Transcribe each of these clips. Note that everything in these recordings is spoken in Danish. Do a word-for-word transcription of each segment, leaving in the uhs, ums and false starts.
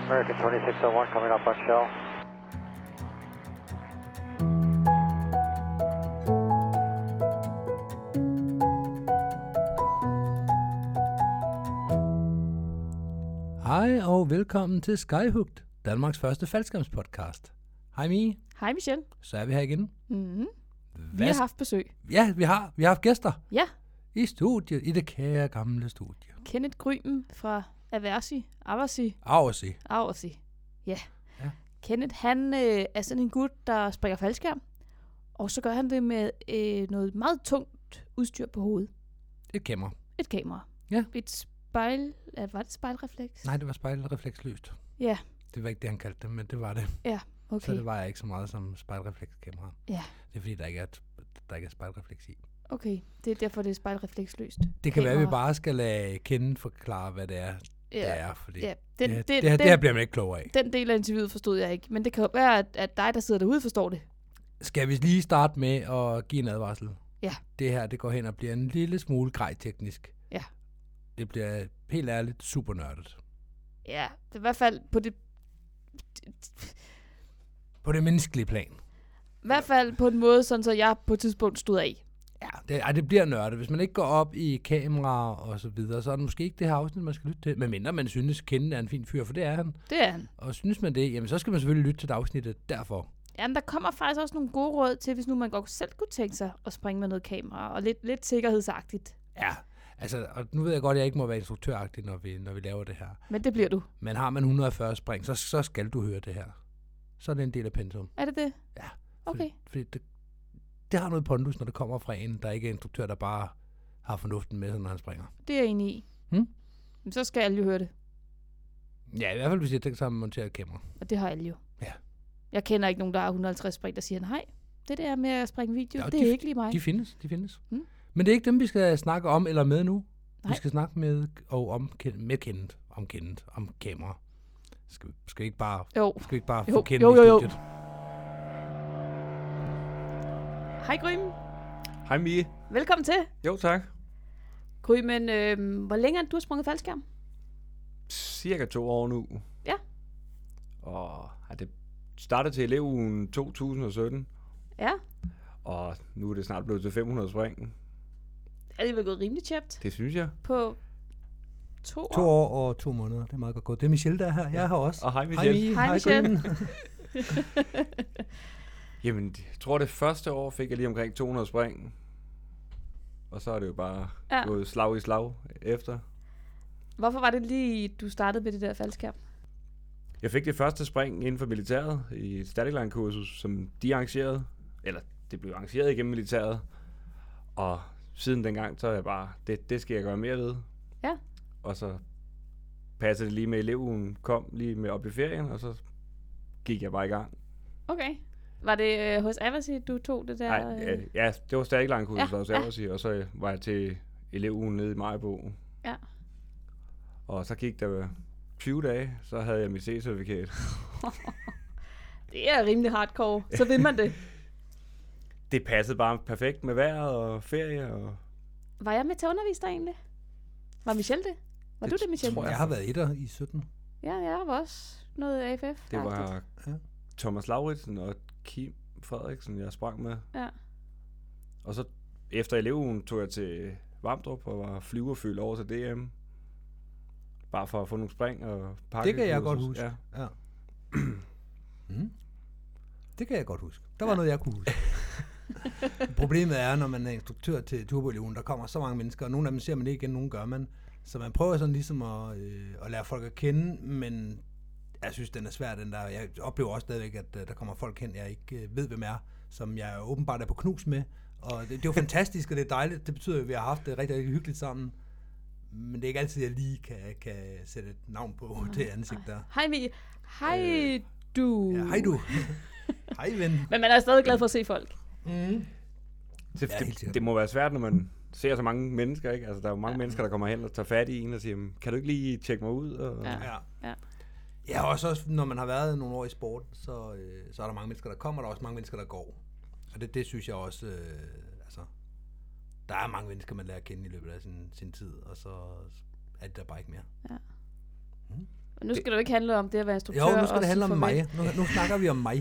American twenty-six oh one coming up on shell. Hej og velkommen til Skyhooked, Danmarks første faldskærmspodcast. Hej Mie. Hej Michelle. Så er vi her igen. Mm-hmm. Hvad? Vi har haft besøg. Ja, vi har. Vi har haft gæster. Ja. I studiet, i det kære gamle studie. Kenneth Grymen fra Aversi, Aversi, Aversi. Aversi. Ja. ja. Kenneth, han øh, er sådan en gut, der springer faldskærm. Og så gør han det med øh, noget meget tungt udstyr på hovedet. Et kamera. Et kamera. Ja. Et spejl. Ja, var det spejlrefleks? Nej, det var spejlrefleksløst. Ja. Det var ikke det, han kaldte det, men det var det. Ja, okay. Så det var jeg ikke så meget som spejlreflekskamera. Ja. Det er fordi, der ikke er, der ikke er spejlrefleks i. Okay, det er derfor, det er spejlrefleksløst. Det kan kamera. være, at vi bare skal lade Kenneth forklare, hvad det er, ja. det er. Fordi ja. Den, det, det, det, det, her, den, det her bliver man ikke klogere af. Den del af interviewet forstod jeg ikke, men det kan jo være, at, at dig, der sidder derude, forstår det. Skal vi lige starte med at give en advarsel? Ja. Det her, det går hen og bliver en lille smule grej-teknisk. Ja. Det bliver helt ærligt super nørdet. Ja, det er i hvert fald på det... På det menneskelige plan. I hvert fald på en måde, sådan så jeg på et tidspunkt stod af. Ja, det, ej, det bliver nørdet. Hvis man ikke går op i kamera og så videre, så er det måske ikke det her afsnit, man skal lytte til. Men mindre man synes, Kenneth er en fin fyr, for det er han. Det er han. Og synes man det, jamen så skal man selvfølgelig lytte til det afsnittet derfor. Jamen, der kommer faktisk også nogle gode råd til, hvis nu man godt selv kunne tænke sig at springe med noget kamera, og lidt, lidt sikkerhedsagtigt. Ja, altså, og nu ved jeg godt, at jeg ikke må være instruktøragtig, når vi, når vi laver det her. Men det bliver du. Men har man et hundrede og fyrre spring, så, så skal du høre det her. Så er det en del af pensum. Er det det? Ja. Okay. Fordi, fordi det, det har noget pondus, når det kommer fra en, der ikke er instruktør, der bare har fornuften med sig, når han springer. Det er jeg enig i. Hmm? Men så skal alle jo høre det. Ja, i hvert fald hvis jeg tænker sig at montere et kamera. Og det har alle jo. Ja. Jeg kender ikke nogen, der har et hundrede og halvtreds spring, der siger, nej, det der med at springe video, ja, det de, er ikke lige mig. De findes, de findes. Hmm? Men det er ikke dem, vi skal snakke om eller med nu. Nej. Vi skal snakke med og om med Kenneth, om Kenneth, om kamera. Skal vi, skal vi ikke bare, jo. skal vi ikke bare jo. få Kenneth jo, jo, jo. i studiet? Hej Grymen. Hej Mie. Velkommen til. Jo, tak. Grymen, øh, hvor længe har du sprunget faldskærm? Cirka to år nu. Ja. Og ja, det startede til elevugen to tusind og sytten. Ja. Og nu er det snart blevet til fem hundrede spring. Er det vel gået rimelig tjept? Det synes jeg. På to år? To år og to måneder. Det er meget godt gået. Det er Michelle, der er her. Jeg er her også. Og hej Michelle. Hej, hej, hej Michelle. Jamen, jeg tror det første år fik jeg lige omkring to hundrede spring. Og så er det jo bare ja. gået slag i slag efter. Hvorfor var det lige, du startede med det der faldskærm? Jeg fik det første spring inden for militæret i et static line kursus, som de arrangerede. Eller det blev arrangeret igennem militæret. Og siden dengang, så er jeg bare, det, det skal jeg gøre mere ved. Ja. Og så passede det lige med eleven kom lige med op i ferien, og så gik jeg bare i gang. Okay. Var det øh, hos Aversi, du tog det der? Nej, ja, ja, det var stadig lang kursus ja, hos ja. Aversi, og så var jeg til elevugen nede i Majbo. Ja. Og så gik der tyve dage, så havde jeg mit C-certifikat. Det er rimelig hardcore. Så vil man det. Det passede bare perfekt med vejret og ferie. Og var jeg med til at undervise dig egentlig? Var Michelle det? Var det du det, Michelle? Tror jeg, jeg har været etter i sytten. Ja, jeg var også noget A F F. Det var ja. Thomas Lauritsen og Kim Frederiksen, jeg sprang med. Ja. Og så efter elevugen tog jeg til Vamdrup og var flyverfyldt over til D M. Bare for at få nogle spring og pakke. Det kan jeg godt huske. Ja. ja. mm. Det kan jeg godt huske. Der var ja. noget, jeg kunne huske. Problemet er, når man er instruktør til turboeleven, der kommer så mange mennesker, og nogle af dem ser man ikke igen, nogle gør man. Så man prøver sådan ligesom at, øh, at lære folk at kende, men jeg synes, den er svær, den der. Jeg oplever også stadigvæk, at uh, der kommer folk hen, jeg ikke uh, ved, hvem er, som jeg åbenbart er på knus med. Og det, det er jo fantastisk, og det er dejligt. Det betyder, at vi har haft det rigtig, rigtig hyggeligt sammen. Men det er ikke altid, at jeg lige kan, kan sætte et navn på det ansigt der. Hej Mie. Hej øh, du. Ja, hej du. Hej ven. Men man er stadig glad for at se folk. Mm. Det, ja, det, det må være svært, når man ser så mange mennesker, ikke? Altså, der er jo mange ja. mennesker, der kommer hen og tager fat i en og siger, kan du ikke lige tjekke mig ud? Og ja. Ja. Ja, også, også når man har været nogle år i sport, så, øh, så er der mange mennesker, der kommer, og der er også mange mennesker, der går. Og det, det synes jeg også, øh, altså, der er mange mennesker, man lærer at kende i løbet af sin, sin tid, og så er det der bare ikke mere. Ja. Hmm. Og nu skal det jo ikke handle om det at være instruktør. Jo, nu skal og det handle om for mig. Nu, nu snakker vi om mig.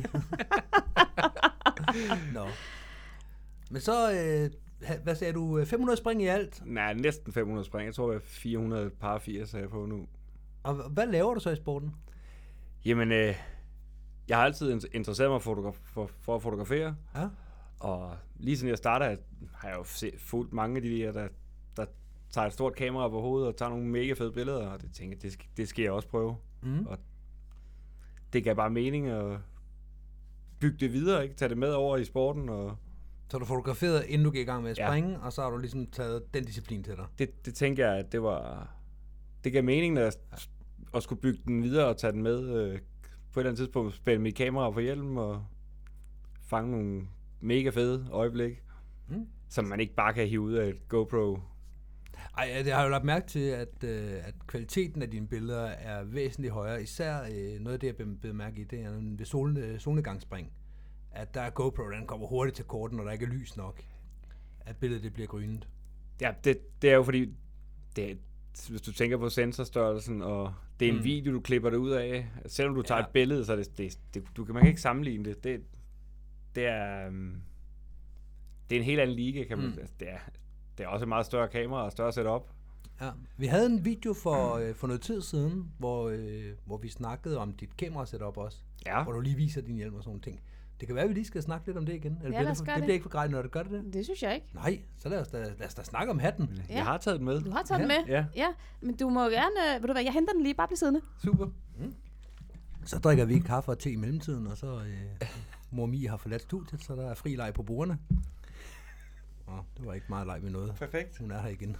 Nå. Men så, øh, ha- hvad sagde du, fem hundrede spring i alt? Nej, næsten fem hundrede spring. Jeg tror, jeg er fire hundrede par firs er jeg på nu. Og hvad laver du så i sporten? Jamen, øh, jeg har altid in- interesseret mig for, fotograf- for, for at fotografere. Ja. Og lige siden jeg startede, har jeg jo se, fulgt mange af de der, der, der tager et stort kamera på hovedet og tager nogle mega fede billeder. Og det tænker jeg, det, skal, det skal jeg også prøve. Mm. Og det gav bare mening at bygge det videre, ikke? Tage det med over i sporten. Og Så du fotograferede, inden du gik i gang med at Ja. springe, og så har du ligesom taget den disciplin til dig. det, det tænker jeg, at det var... Det gav mening at, at skulle bygge den videre og tage den med. Øh, på et eller andet tidspunkt spænde mit kamera på hjelmen og fange nogle mega fede øjeblik, Mm. som man ikke bare kan hive ud af et GoPro. Ej, jeg har jo lagt mærke til, at, øh, at kvaliteten af dine billeder er væsentligt højere. Især øh, noget af det, jeg blev, blev mærke i, det er ved sol, øh, solnedgangsspring. At der er GoPro, den kommer hurtigt til korten, når der ikke er lys nok. At billedet det bliver grynet. Ja, det, det er jo fordi, det, hvis du tænker på sensorstørrelsen, og det er en Mm. mm. video, du klipper det ud af, selvom du tager Ja. et billede, så er det, det, det du kan, man kan ikke sammenligne det. Det, det er... Um, det er en helt anden liga, kan man Mm. mm. det, er, det er også et meget større kamera og større setup. Ja. Vi havde en video for, øh, for noget tid siden, hvor, øh, hvor vi snakkede om dit kamerasetup også. Ja. Hvor du lige viser din hjelm og sådan nogle ting. Det kan være, at vi lige skal snakke lidt om det igen. Eller bliver lad det, os for, gøre det det. bliver ikke for grej, når det gør det det? Det synes jeg ikke. Nej, så lad os da, lad os da snakke om hatten. Ja. Jeg har taget den med. Du har taget den Ja. med. Ja. Ja, men du må gerne... Ved du hvad, jeg henter den lige. Bare bliv siddende. Super. Mm. Så drikker vi kaffe og te i mellemtiden, og så øh, mor Mie har forladt studiet, så der er fri leg på bordene. Åh, det var ikke meget leg med noget. Perfekt. Hun er her igen.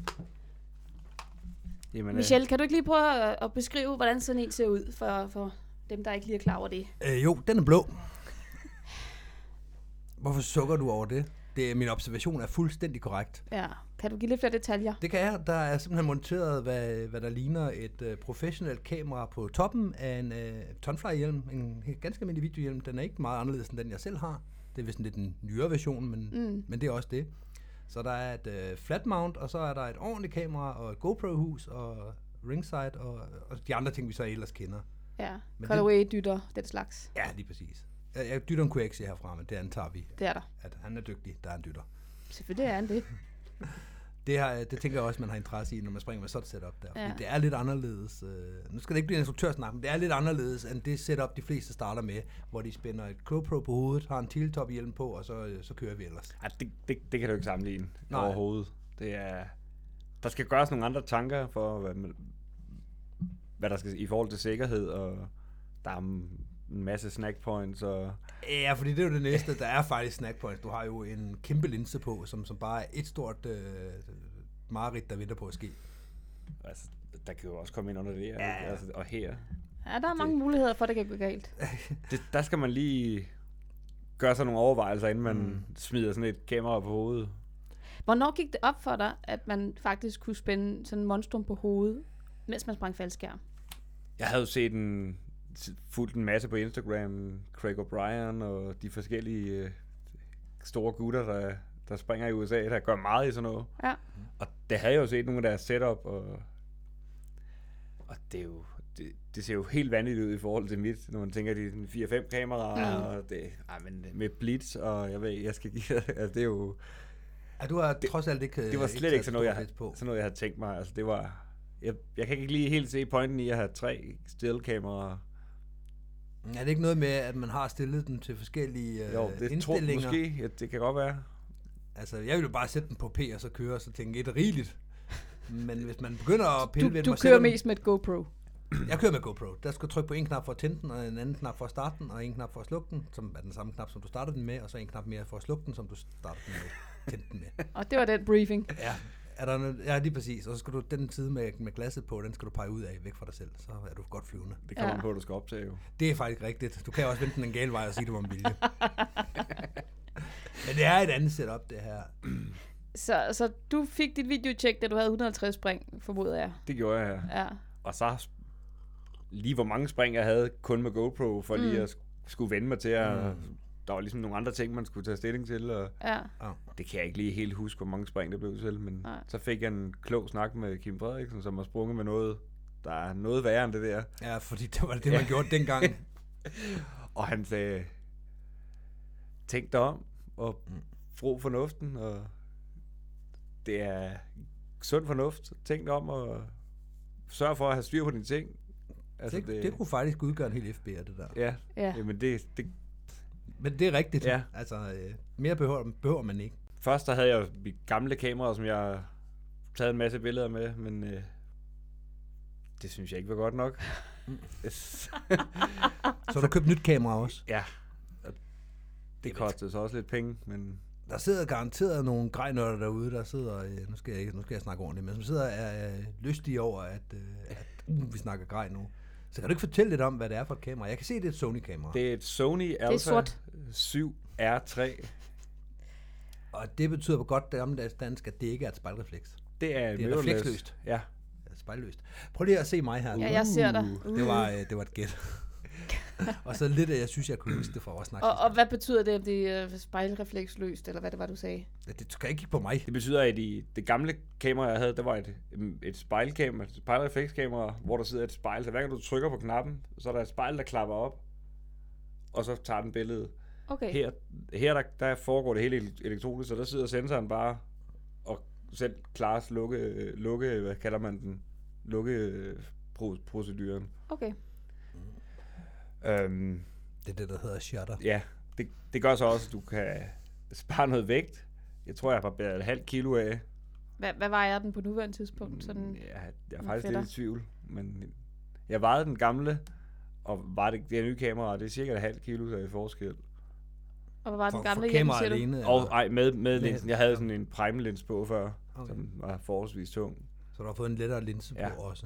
Jamen, Michelle, kan du ikke lige prøve at, at beskrive, hvordan sådan en ser ud for, for dem, der ikke lige er klar over det? Øh, jo, den er blå. Hvorfor sukker du over det? Det er, min observation er fuldstændig korrekt. Ja. Kan du give lidt flere detaljer? Det kan jeg. Der er simpelthen monteret, hvad, hvad der ligner et øh, professionelt kamera på toppen af en øh, tonfly-hjelm. En helt ganske almindelig videohjelm. Den er ikke meget anderledes end den, jeg selv har. Det er vist lidt en nyere version, men, Mm. men det er også det. Så der er et øh, flat mount, og så er der et ordentligt kamera, og et GoPro-hus, og ringside, og, og de andre ting, vi så ellers kender. Ja. Men Cutaway, dytter, den slags. Ja, lige præcis. Ja, ja, dytteren kunne jeg ikke se herfra, men det antager vi, Det er der. at han er dygtig. Der er en dytter. Selvfølgelig er han det. Det, her, det tænker jeg også, man har interesse i, når man springer med sådan et setup der. Fordi Ja. det er lidt anderledes. Øh, nu skal det ikke blive en instruktørsnak, men det er lidt anderledes end det setup, de fleste starter med, hvor de spænder et GoPro på hovedet, har en tiletop hjelm på, og så, øh, så kører vi ellers. Ja, det, det, det kan du ikke sammenligne Nej. overhovedet. Det er, der skal gøres nogle andre tanker for, hvad, man, hvad der skal i forhold til sikkerhed, og der er en masse snack points. Og Ja, fordi det er jo det næste. Der er faktisk snack points. Du har jo en kæmpe linse på, som, som bare er et stort øh, mareridt, der venter på at ske. altså, der kan jo også komme ind under det her. Ja. Ja. Altså, og her. Ja, der er mange muligheder for, at det kan gå galt. Det, der skal man lige gøre sig nogle overvejelser, inden man Mm. mm. smider sådan et kamera på hovedet. Hvornår gik det op for dig, at man faktisk kunne spænde sådan en monstrum på hovedet, mens man sprang faldskærm? Jeg havde jo set en, fulgt en masse på Instagram, Craig O'Brien og de forskellige øh, store gutter, der, der springer i U S A, der gør meget i sådan noget. Ja. Og det havde jeg jo set nogle af deres setup, og, og det er jo, det, det ser jo helt vanvittigt ud i forhold til mit, når man tænker, de er fire fem kameraer, Mm. og det, ej, men med blitz, og jeg ved, jeg skal give, altså det er jo, Ja, du har trods alt ikke... det var øh, slet taget ikke sådan noget, jeg, stor blitz på. sådan noget, jeg havde tænkt mig, altså det var, jeg, jeg kan ikke lige helt se pointen i at have tre stillkameraer. Er det ikke noget med, at man har stillet den til forskellige øh, Jo, det tror indstillinger? måske, ja, det kan godt være. Altså, jeg vil jo bare sætte den på P, og så køre, og så tænke et rigeligt. Men hvis man begynder at pille Du, ved den, du og kører sætter den- mest med et GoPro. Jeg kører med GoPro. Der skal du trykke på en knap for at tænde den, og en anden knap for at starte den, og en knap for at slukke den, som er den samme knap, som du starter den med, og så en knap mere for at slukke den, som du starter den med. Tænde den med. Og det var den briefing. Ja, er der noget, ja, lige præcis. Og så skal du den side med, med glasset på, den skal du pege ud af, væk fra dig selv. Så er du godt flyvende. Det kommer Ja. ja. på, at du skal optage jo. Det er faktisk rigtigt. Du kan også vente den en gal vej og sige, det var en vilje. Men det er et andet setup, det her. Så, så du fik dit videotjek, da du havde et hundrede og halvtreds spring, formoder jeg. Det gjorde jeg her. Ja. Og så sp- lige hvor mange spring jeg havde kun med GoPro, for lige Mm. at sk- skulle vende mig til at... Mm. Der var ligesom nogle andre ting, man skulle tage stilling til, og Ja. det kan jeg ikke lige helt huske, hvor mange spring det blev til, men Nej. så fik jeg en klog snak med Kim Frederiksen, som har sprunget med noget der er noget værre end det der. Ja, fordi det var det, man gjorde dengang. Og han sagde, tænk dig om, og brug fornuften, og det er sund fornuft. Tænk dig om, og sørg for at have styr på dine ting. Altså det, det, det kunne faktisk udgøre en hel F B R, det der. Ja, Ja. Jamen det, det... Men det er rigtigt. Ja. Altså, øh, mere behøver, behøver man ikke. Først der havde jeg mit gamle kamera, som jeg taget en masse billeder med, men øh, det synes jeg ikke var godt nok. Så du købt nyt kamera også? Ja, og det kostede så også lidt penge, men... Der sidder garanteret nogle grejnørder derude, der sidder, øh, nu, skal jeg ikke, nu skal jeg snakke ordentligt, men som sidder og er øh, lystige over, at, øh, at uh, vi snakker grej nu. Så kan du ikke fortælle lidt om, hvad det er for et kamera? Jeg kan se, det er et Sony-kamera. Det er et Sony Alpha syv R tre. Og det betyder på godt gammeldags dansk, at det ikke er et spejlrefleks. Det er, det er refleksløst. Ja. Spejlløst. Prøv lige at se mig her. Ja, jeg ser dig. Uh. Det, var, øh, det var et gæt. Og så lidt, at jeg synes, jeg kunne huske det fra vores snak. Og, og hvad betyder det, at det er spejlrefleksløst, eller hvad det var, du sagde? Ja, det skal ikke kigge på mig. Det betyder, at i det gamle kamera, jeg havde, der var et, et spejlkamera, et spejlreflekskamera, hvor der sidder et spejl. Så hver gang du trykker på knappen, så er der et spejl, der klapper op, og så tager den billedet. Okay. Her, her der, der foregår det hele elektronisk, så der sidder sensoren bare og selv klarer lukke, lukke, hvad kalder man den, lukke proceduren. Okay. Øhm, det er det, der hedder shutter. Ja, det, det gør så også, at du kan spare noget vægt. Jeg tror, jeg har barberet et halvt kilo af. Hvad, hvad vejer den på nuværende tidspunkt? Sådan ja, jeg er faktisk lidt i tvivl, men jeg vejede den gamle, og var det, det er nye kamera, det er cirka et halvt kilo, der er i forskel. Og hvad var den for, gamle for hjem, kamera siger alene, du? Og ej, med, med linsen. Jeg havde sådan en prime-lins på før, okay. Som var forholdsvis tung. Så du har fået en lettere linse ja. på også.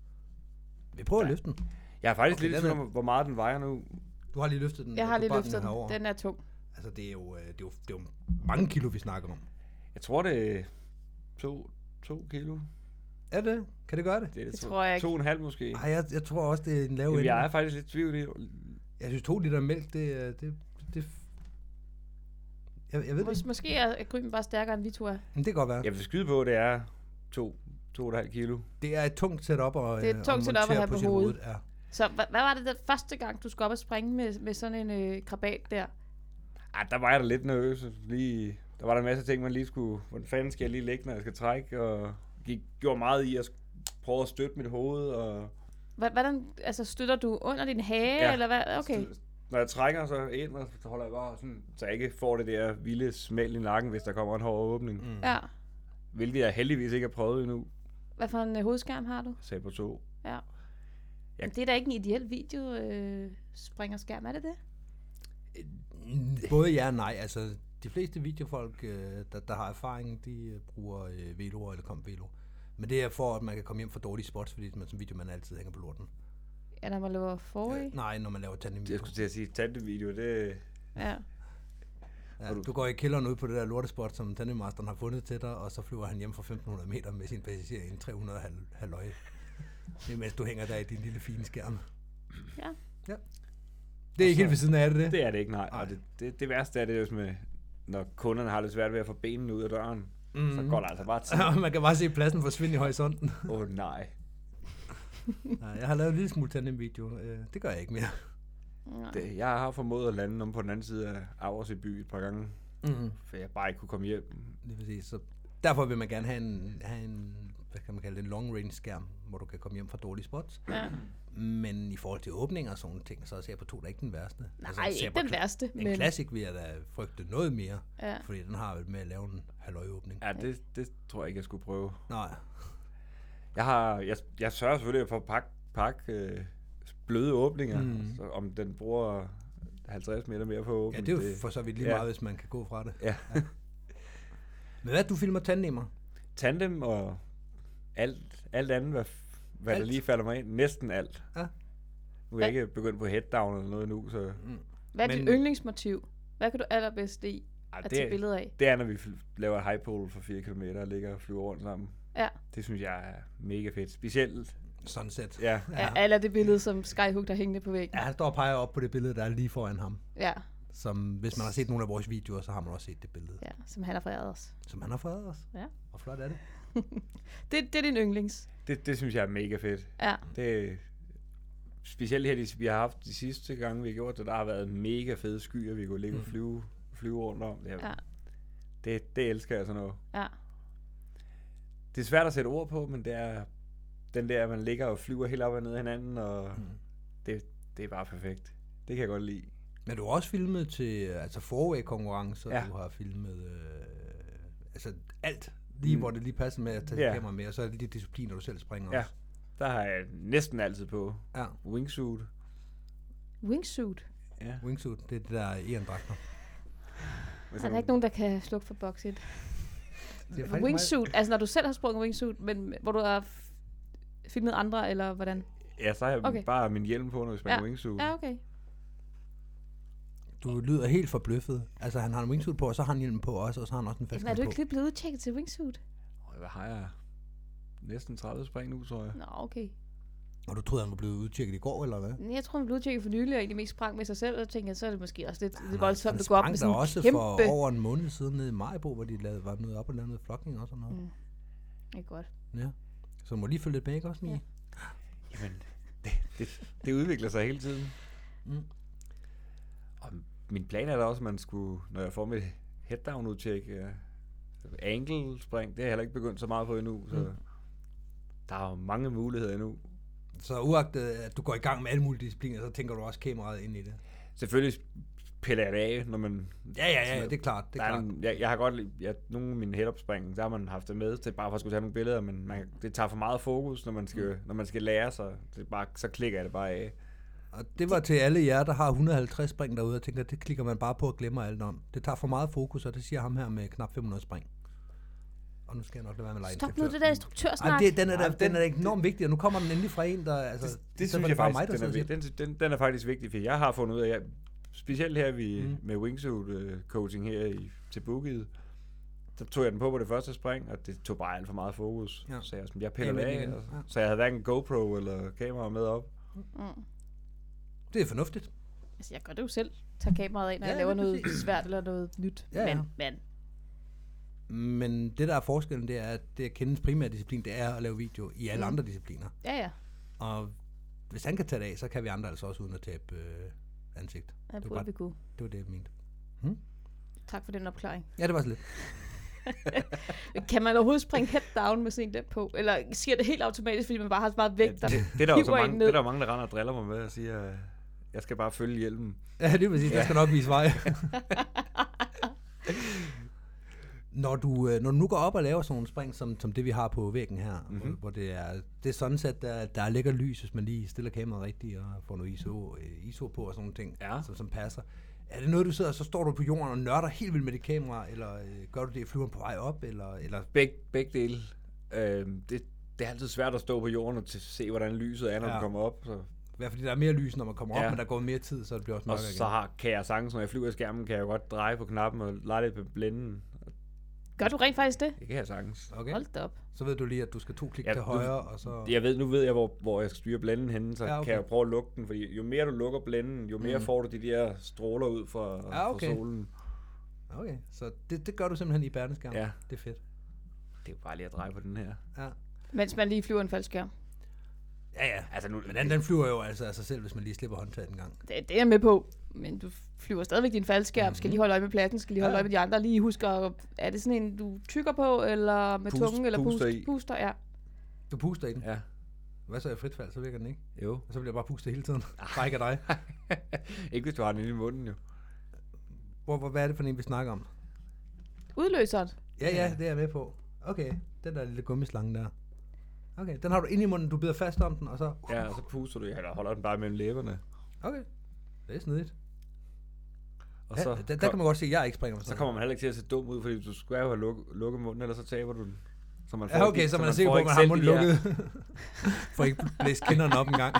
Vi prøver ja. at løfte den. Jeg har faktisk okay, lidt i tvivl om, hvor meget den vejer nu. Du har lige løftet den. Jeg har lige løftet den. Herovre. Den er tung. Altså, det er, jo, det, er jo, det er jo mange kilo, vi snakker om. Jeg tror, det er to, to kilo. Er det? Kan det gøre det? Det, det to, tror jeg ikke. To og en halv måske. Ej, jeg, jeg tror også, det er en lav ende. Jeg er faktisk lidt i tvivl i. Jeg synes, to liter mælk, det... det, det jeg, jeg ved Mås- det Måske er Gryn bare stærkere, end vi to er. Men det kan godt være. Jeg vil skyde på, at det er to, to og et halvt kilo. Det er et tungt setup og det er et tungt setup at have på, på hovedet. Ja. Så hvad, hvad var det den første gang, du skulle op og springe med, med sådan en øh, krabat der? Ej, der var jeg da lidt nervøs. Lige, der var der en masse ting, man lige skulle... Hvordan fanden skal jeg lige ligge, når jeg skal trække? Og gik, gjorde meget i at prøve at støtte mit hoved. Og Hvordan, altså støtter du under din hage, ja. eller hvad? Okay. Når jeg trækker så ind, så holder jeg bare sådan, så jeg ikke får det der vilde smæld i nakken, hvis der kommer en hård åbning. Mm. Ja. Hvilket jeg heldigvis ikke har prøvet endnu. Hvad for en øh, hovedskærm har du? Sag på to. Ja. Jeg... Men det er da ikke en ideel video øh, springerskærm, er det det? Både ja og nej. Altså, de fleste videofolk, øh, der, der har erfaring, de øh, bruger øh, Velo eller Kom Velo. Men det er for, at man kan komme hjem fra dårlige spots, fordi man som videomand altid hænger på lorten. Ja, når man laver forrige? Øh, nej, når man laver tandemvideo. Jeg skulle til at sige, tandevideo, det... Ja. Ja, du går i kælderen ud på det der lortespot, som tandemasteren har fundet til dig, og så flyver han hjem fra femten hundrede meter med sin passager i en tre hundrede halvøje. Det er mens du hænger der i din lille fine skærm. Ja. Ja. Det er ikke helt ved siden af, er det det? Det er det ikke, nej. nej. Og det, det, det værste er det jo med, når kunderne har det svært ved at få benene ud af døren, mm. så går der altså bare tid. Man kan bare se pladsen forsvinde i horisonten. Åh oh, nej. Nej, jeg har lavet en lille smule tandem-video. Det gør jeg ikke mere. Det, jeg har formået at lande om på den anden side af Aarhus i by et par gange, mm-hmm. for jeg bare ikke kunne komme hjem. Lige præcis. Så derfor vil man gerne have en, have en, hvad kan man kalde det, en long range skærm, hvor du kan komme hjem fra dårlige spots. Ja. Men i forhold til åbninger og sådan ting, så er C A P to da ikke den værste. Nej, altså, ikke den kla- værste. En men... Classic vil jeg da frygte noget mere, ja. fordi den har vel med at lave en halvøjeåbning. Ja, det, det tror jeg ikke, jeg skulle prøve. Nej. Jeg har, jeg, jeg sørger selvfølgelig for at pakke, pakke øh, bløde åbninger, mm. så om den bruger halvtreds meter mere på at åbne. Ja, det er jo det, for så vidt lige ja. meget, hvis man kan gå fra det. Ja. Ja. Men hvad, du filmer tandemer? Tandem og alt, alt andet, hvad, hvad alt. der lige falder mig ind. Næsten alt. Ja. Nu er jeg ikke begyndt på headdown eller noget nu, så... Mm. Hvad er Men... dit yndlingsmotiv? Hvad kan du allerbedst lide at det, tage billeder af? Det er, når vi laver high pole for fire kilometer og ligger og flyver rundt sammen. Ja. Det synes jeg er mega fedt. Specielt... Sunset. Ja. Ja, eller det billede, som Skyhook, der hængende på væggen. Ja, han står og peger op på det billede, der er lige foran ham. Ja. Som, hvis man har set nogle af vores videoer, så har man også set det billede. Ja, som han har foræret os. Som han har foræret os. Ja. Og flot er det. det. Det er din yndlings. det, det synes jeg er mega fedt. Ja. Det, specielt her, de, vi har haft de sidste gange, vi har gjort det, der har været mega fede skyer, vi kunne ligge og flyve, flyve rundt om. Det, Ja. det, det elsker jeg sådan noget. Ja. Det er svært at sætte ord på, men det er den der, man ligger og flyver helt op og ned af hinanden, og mm. det, det er bare perfekt. Det kan jeg godt lide. Men du har også filmet til altså forway-konkurrencer, Ja. du har filmet øh, altså alt, lige mm. hvor det lige passer med at tage Ja. kamera med, og så er det de discipliner, du selv springer Ja. også. Der har jeg næsten altid på Ja, wingsuit. Wingsuit. Ja. wingsuit, det er det der Ian-dragter. Er der ikke nogen, der kan slukke for boxit? Det er faktisk Wingsuit, altså når du selv har sprunget wingsuit, men hvor du har f- filmet andre, eller hvordan? Ja, så har jeg Okay. okay. bare min hjelm på, når vi springer Ja. wingsuit. Ja, okay. Du lyder helt forbløffet. Altså, han har en wingsuit på, og så har han hjelmen på også, og så har han også en Jamen, er faldskærm du på. ikke lige blevet udtjekket til wingsuit? Og hvad har jeg? Næsten tredive spring nu, tror jeg. Nå, okay. Og du troede, han var blevet udtjekket i går, eller hvad? Jeg tror, han blev udtjekket for nylig, og egentlig mest sprang med sig selv, og tænkte, så er det måske også lidt, lidt Han voldsomt at gå op med sprang sådan der en også kæmpe... for over en måned siden nede i Majbo, hvor de lavede, var noget op og lavede noget flokning og sådan noget. Mm. Det er godt. Ja. Så du må lige følge lidt med, ikke også, Mie? Ja. Jamen, det, det, det udvikler sig hele tiden. Mm. Og min plan er da også, at man skulle, når jeg får mit head-down-udtjek, ja, angle-spring, det har jeg heller ikke begyndt så meget på endnu, så Mm. der er jo mange muligheder endnu. Så uagtet, at du går i gang med alle mulige discipliner, så tænker du også kameraet ind i det. Selvfølgelig piller jeg det af, når man... Ja, ja, ja, det er klart. Det Der er er klart. nogle, jeg, jeg har godt lide, jeg, nogle af mine head-up-spring, der har man haft det med til bare for at skulle tage nogle billeder, men man, det tager for meget fokus, når man skal, mm. når man skal lære sig. Det er bare, så klikker jeg det bare af. Og det var til alle jer, der har et hundrede og halvtreds spring derude, og tænker, det klikker man bare på og glemmer alt om. Det tager for meget fokus, og det siger ham her med knap fem hundrede spring. Og nu skal jeg nok lade være med at lege Stop nu instruktør. det der instruktørsnak. Ej, det, den, er da, Ej, den, den- er da enormt vigtig, og nu kommer den endelig fra en, der... Altså, Det, i det stedet synes for, jeg bare faktisk, mig, der den, er, sidder og vig- den, den, den er faktisk vigtig, for jeg har fundet ud af, jeg, specielt her vi, Mm. mm. med wingsuit uh, coaching her i, til Boogiet, der tog jeg den på på det første spring, og det tog bare alt for meget fokus. Ja. Ja. Så jeg, sådan, jeg piller Af det med den af, igen. og, Ja. så jeg havde hverken GoPro eller kamera med op. Mm. Det er fornuftigt. Altså, jeg gør det jo selv. Tager kameraet af, når Ja, jeg laver lige noget præcis. svært eller noget nyt. Ja, ja. Men, men, Men det, der er forskellen, det er, at det er Kennens primære disciplin, det er at lave video i alle Mm. andre discipliner. ja, ja. Og hvis han kan tage det af, så kan vi andre altså også uden at tabe øh, ansigt. Jeg Det var burde bare- vi kunne. Det var det, jeg mente. Tak for den opklaring. Ja, det var så lidt. Kan man overhovedet springe head down med sådan en der på? Eller sker det helt automatisk, fordi man bare har så meget vægt, der det, det, er der jo så hiver en mange, ned? det er der jo mange, der render og driller mig med og siger, at jeg skal bare følge hjelmen. Ja, det vil sige, der skal nok vise vej. Når du, øh, når du nu går op og laver sådan nogle spring, som, som det vi har på væggen her, mm-hmm. hvor, Mhm. hvor det er, det er sådan set, der, der er lækker lys, hvis man lige stiller kameraet rigtigt og får noget I S O, øh, I S O på og sådan nogle ting, Ja. som, som passer. Er det noget, du sidder, så står du på jorden og nørder helt vildt med dit kamera, eller øh, gør du det i flyveren på vej op, eller, eller Beg, begge dele. Øhm, det, det er altid svært at stå på jorden og til, se, hvordan lyset er, når Ja. ja. du kommer op. Så, i hvert fald fordi der er mere lys, når man kommer op, Ja. men der går mere tid, så det bliver også og mørkere igen. så har, kan jeg sagtens, når jeg flyver i skærmen, kan jeg godt dreje på knappen og lege lidt på blænden. Gør du rent faktisk det? Det kan jeg sagtens. Okay. Hold da op. Så ved du lige, at du skal to klik Ja, til nu- højre, og så... Jeg ved, nu ved jeg, hvor, hvor jeg skal styre blænden henne, så Ja, ja, okay. okay. kan jeg prøve at lukke den, fordi jo mere du lukker blænden, jo mere Mm. mm. får du de der stråler ud fra, Ja, okay. fra solen. Okay, så det, det gør du simpelthen i bærneskærm. Ja. Det er fedt. Det er jo bare lige at dreje på den her. Ja. Mens man lige flyver en faldskærm. Ja, ja. Altså nu, Men den, den flyver jo altså af sig selv, hvis man lige slipper håndtaget en gang. Det, det er jeg med på. Men du flyver stadigvæk din faldskærm. Mhm. Mm-hmm. Skal lige holde øje med pladsen. Skal lige holde Ja. øje med de andre. Lige huske, at- er det sådan en, du tykker på, eller med Pust- tungen, eller puster pust, i. puster? Ja. Du puster i den. Ja, Hvad så i frit fald, så virker den ikke. jo. Og så bliver jeg bare pustet hele tiden. Bare ikke af dig. Ikke hvis du har den inde i munden, jo. Hvor, hvor, hvad er det for en, vi snakker om? Udløseren. Ja, ja, det er jeg med på. Okay, den der lille gummislange der. Okay, den har du inde i munden, du bider fast om den, og så... Ja, og så puster du, eller holder den bare mellem læberne. Okay, det er snedigt. Og Ja, så, der, der kan man godt se, at jeg ikke springer med så sådan kommer man heller ikke til at se dum ud, fordi du skal jo have luk, lukket munden, ellers så taber du den. Så man får Ja, okay, de- så man er sikker får på, at ikke man har selv munden de der- lukket. For ikke blæst kinderne op en gang.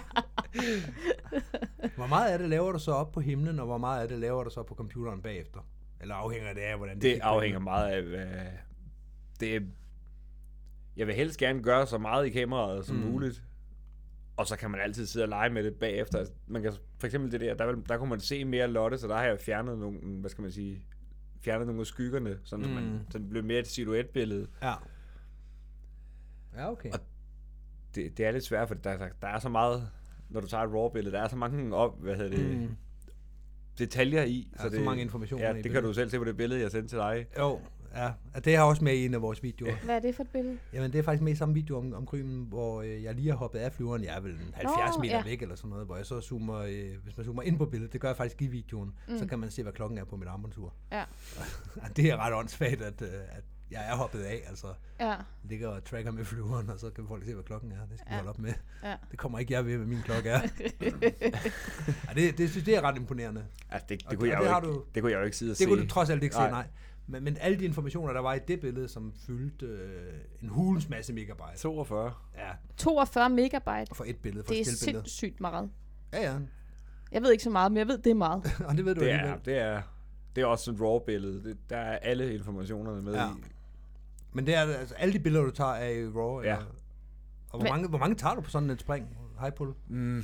Hvor meget af det laver du så op på himlen, og hvor meget af det laver du så på computeren bagefter? Eller afhænger det af, hvordan det Det kigger på afhænger himlen? meget af, hvad... Det er... Jeg vil helst gerne gøre så meget i kameraet som Mm. mm. muligt. Og så kan man altid sidde og lege med det bagefter. Man kan, for eksempel det der, der, vil, der kunne man se mere Lotte, så der har jeg fjernet nogle, hvad skal man sige, fjernet nogle af skyggerne, sådan, mm. så, man, så det blev mere et silhuetbillede. Ja. Ja, okay. Og det, det er lidt svært, for der, der, der er så meget, når du tager et raw-billede, der er så mange op, hvad hedder det, Mm. detaljer i. Der er så det, mange informationer ja, i det billedet. kan du selv se på det billede, jeg sendte til dig. Jo, ja. Og det er også med i en af vores videoer. Hvad er det for et billede? Jamen, det er faktisk med i samme video om, om Grymen, hvor øh, jeg lige har hoppet af flyveren. Jeg er vel en halvfjerds Nå, meter ja. væk eller sådan noget, hvor jeg så zoomer, øh, hvis man zoomer ind på billedet, det gør jeg faktisk i videoen, mm. så kan man se, hvad klokken er på mit armbåndsur. Ja. Det er ret åndssvagt, at, øh, at jeg er hoppet af, altså Ja. ligger og tracker med flyveren, og så kan folk se, hvad klokken er. Det skal vi Ja. holde op med. Ja. Det kommer ikke jeg ved, hvad min klokke er. Ja, det, det synes det er ret imponerende. Altså, det, Og det, kunne det- jeg og det jo har ikke, du- det kunne jeg jo ikke sidde og Det se. kunne du trods alt ikke se, Nej. nej. Men, men alle de informationer, der var i det billede, som fyldte øh, en hulens masse megabyte. toogfyrre. Ja, toogfyrre megabyte. for et billede, for Det et er stillbillede. sindssygt meget. Ja, ja. Jeg ved ikke så meget, men jeg ved, det er meget. Og det ved du Det er, alligevel. det er, det er også et raw-billede. Det, der er alle informationerne med Ja. i. Men det er altså alle de billeder, du tager, er i RAW. Ja. Eller, og hvor Men- mange, hvor mange tager du på sådan et spring? High pull? Mm.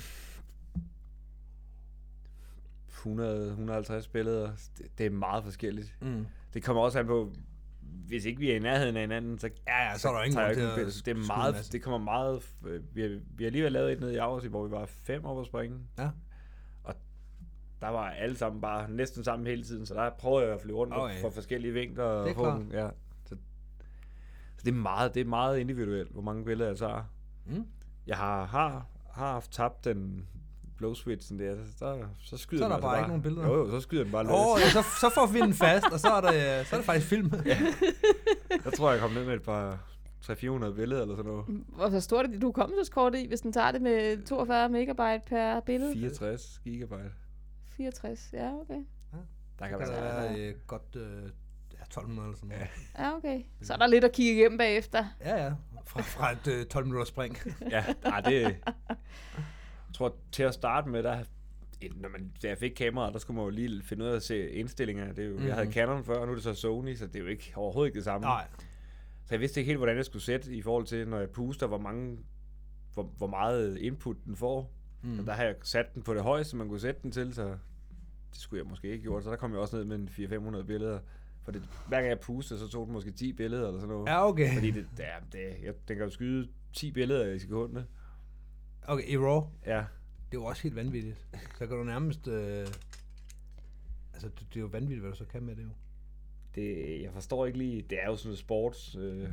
hundrede til hundrede og halvtreds billeder. Det, det er meget forskelligt. Mm. Det kommer også an på, hvis ikke vi er i nærheden af hinanden, så, Ja, ja, så er der ingen tager jeg grund ikke til nogen at billeder. Det er skyde en meget, masse. det kommer meget, øh, vi har, vi har lige lavet et nede i Aarhus, hvor vi var fem år på springen. Ja. Og der var alle sammen bare næsten sammen hele tiden, så der prøver jeg at flyve rundt Okay. for forskellige vinkler. Og Det er få klart. en- ja. Så, så det er meget, det er meget individuelt, hvor mange billeder jeg tager. Mm. Jeg har, har, har haft tabt den blow switchen der, så, så skyder Så er den der altså bare ikke nogen billeder? Jo, jo, så skyder den bare løs. Åh, oh, ja, så, så får vi den fast, og så er, der, så er det faktisk film. Ja. Jeg tror, jeg kom ned med et par tre hundrede til fire hundrede billeder eller sådan noget. Hvor så stort er det, du kommer så kort i, hvis den tager det med toogfyrre megabyte per billede? fireogtres gigabyte. fireogtres, ja, okay. Der Så kan kan der være... være øh, godt øh, ja, tolv hundrede eller sådan noget. Ja, okay. Så er der lidt at kigge igennem bagefter. Ja, ja. Fra, fra et øh, tolv minutter spring. Ja, nej, det... Jeg tror, til at starte med, der... Når man, da jeg fik kameraet, der skulle man jo lige finde ud af at se indstillinger. Det er jo, mm-hmm. Jeg havde Canon før, og nu er det så Sony, så det er jo ikke overhovedet ikke det samme. Nej. Så jeg vidste ikke helt, hvordan jeg skulle sætte i forhold til, når jeg puster, hvor mange, hvor, hvor meget input den får. Mm. Og der har jeg sat den på det højeste, man kunne sætte den til, så det skulle jeg måske ikke gjort. Så der kom jeg også ned med en fire til fem hundrede billeder. For det, hver gang jeg pustede, så tog den måske ti billeder eller sådan noget. Ja, okay. Fordi det, det, er- det, jeg, den kan jo skyde ti billeder i sekundet. Okay, i RAW. Ja. Det er jo også helt vanvittigt. Så kan du nærmest... Øh, altså, det, det er jo vanvittigt, hvad du så kan med det jo. Det, jeg forstår ikke lige, det er jo sådan noget sports... Øh,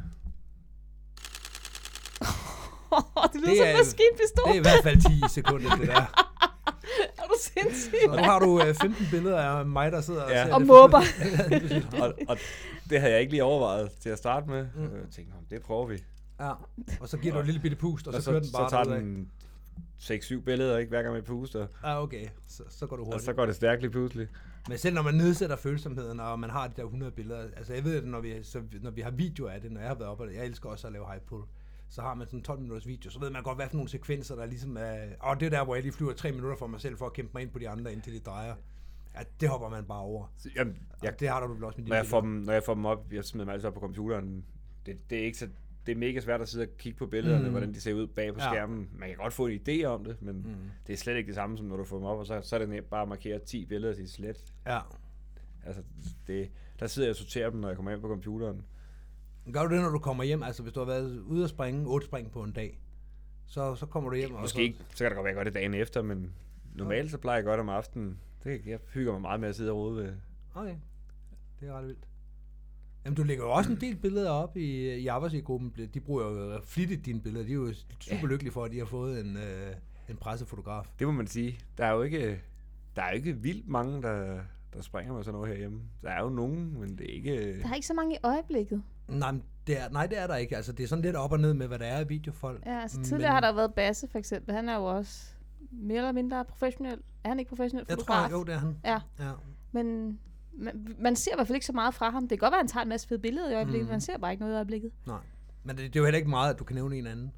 det lyder Det som er- en maskinpistol. Det er i hvert fald ti sekunder, det der. Er du sindssyg? Så nu har du øh, femten billeder af mig, der sidder og Ja. ser Og det. måber. og, og det havde jeg ikke lige overvejet til at starte med. Mm. Jeg tænkte, "Nå, det prøver vi. Ja, og så giver du et lille bitte pust, og, Og så, kører den bare så tager derudad. den seks syv billeder, ikke, hver gang vi puster. Ja, okay. Så, så går du Og hurtigt. så går det stærkt lige pludselig. Men selv når man nedsætter følsomheden, og man har de der hundrede billeder, altså jeg ved, at når vi, så, når vi har videoer af det, når jeg har været oppe, og jeg elsker også at lave high pull, så har man sådan en tolv minutters video, så ved man godt, hvad for nogle sekvenser, der ligesom er, og det er der, hvor jeg lige flyver tre minutter for mig selv, for at kæmpe mig ind på de andre, indtil de drejer. Ja, det hopper man bare over. Så, jamen, Ja, jeg, det har du vel også med de når, jeg får billeder. dem, når jeg får dem op, jeg smider dem altid op på computeren. Det, det er ikke så... Det er mega svært at sidde og kigge på billederne, Mm. mm. hvordan de ser ud bag på Ja. skærmen. Man kan godt få en idé om det, men Mm. mm. det er slet ikke det samme, som når du får dem op, og så, så er det nemt bare at markere ti billeder til slet. Ja. Altså, det, der sidder jeg og sorterer dem, når jeg kommer ind på computeren. Gør du det, når du kommer hjem? Altså, hvis du har været ude at springe, otte spring på en dag, så, så kommer du hjem og Måske så... ikke, så kan det godt være, at jeg gør det dagen efter, men normalt så plejer jeg at gøre det om aftenen. Det, jeg hygger mig meget med at sidde og rode ved. Okay, det er ret vildt. Jamen, du lægger jo også en del billeder op i, i arbejdsiggruppen. De bruger jo flittigt dine billeder. De er jo super lykkelige for, at de har fået en, øh, en pressefotograf. Det må man sige. Der er jo ikke, der er jo ikke vildt mange, der, der springer med sådan noget herhjemme. Der er jo nogen, men det er ikke... Der er ikke så mange i øjeblikket. Nej, men det er, nej, det er der ikke. Altså, det er sådan lidt op og ned med, hvad der er i videofolk. Ja, altså tidligere Men- har der jo været Basse, for eksempel. Han er jo også mere eller mindre professionel. Er han ikke professionel Jeg fotograf? tror, jo, det er han. Ja, Ja. men man, man ser i hvert fald ikke så meget fra ham. Det kan godt være, at han tager en masse fede billeder i øjeblikket, Mm. mm. man ser bare ikke noget i øjeblikket. Nej. Men det, det er jo heller ikke meget, at du kan nævne en anden.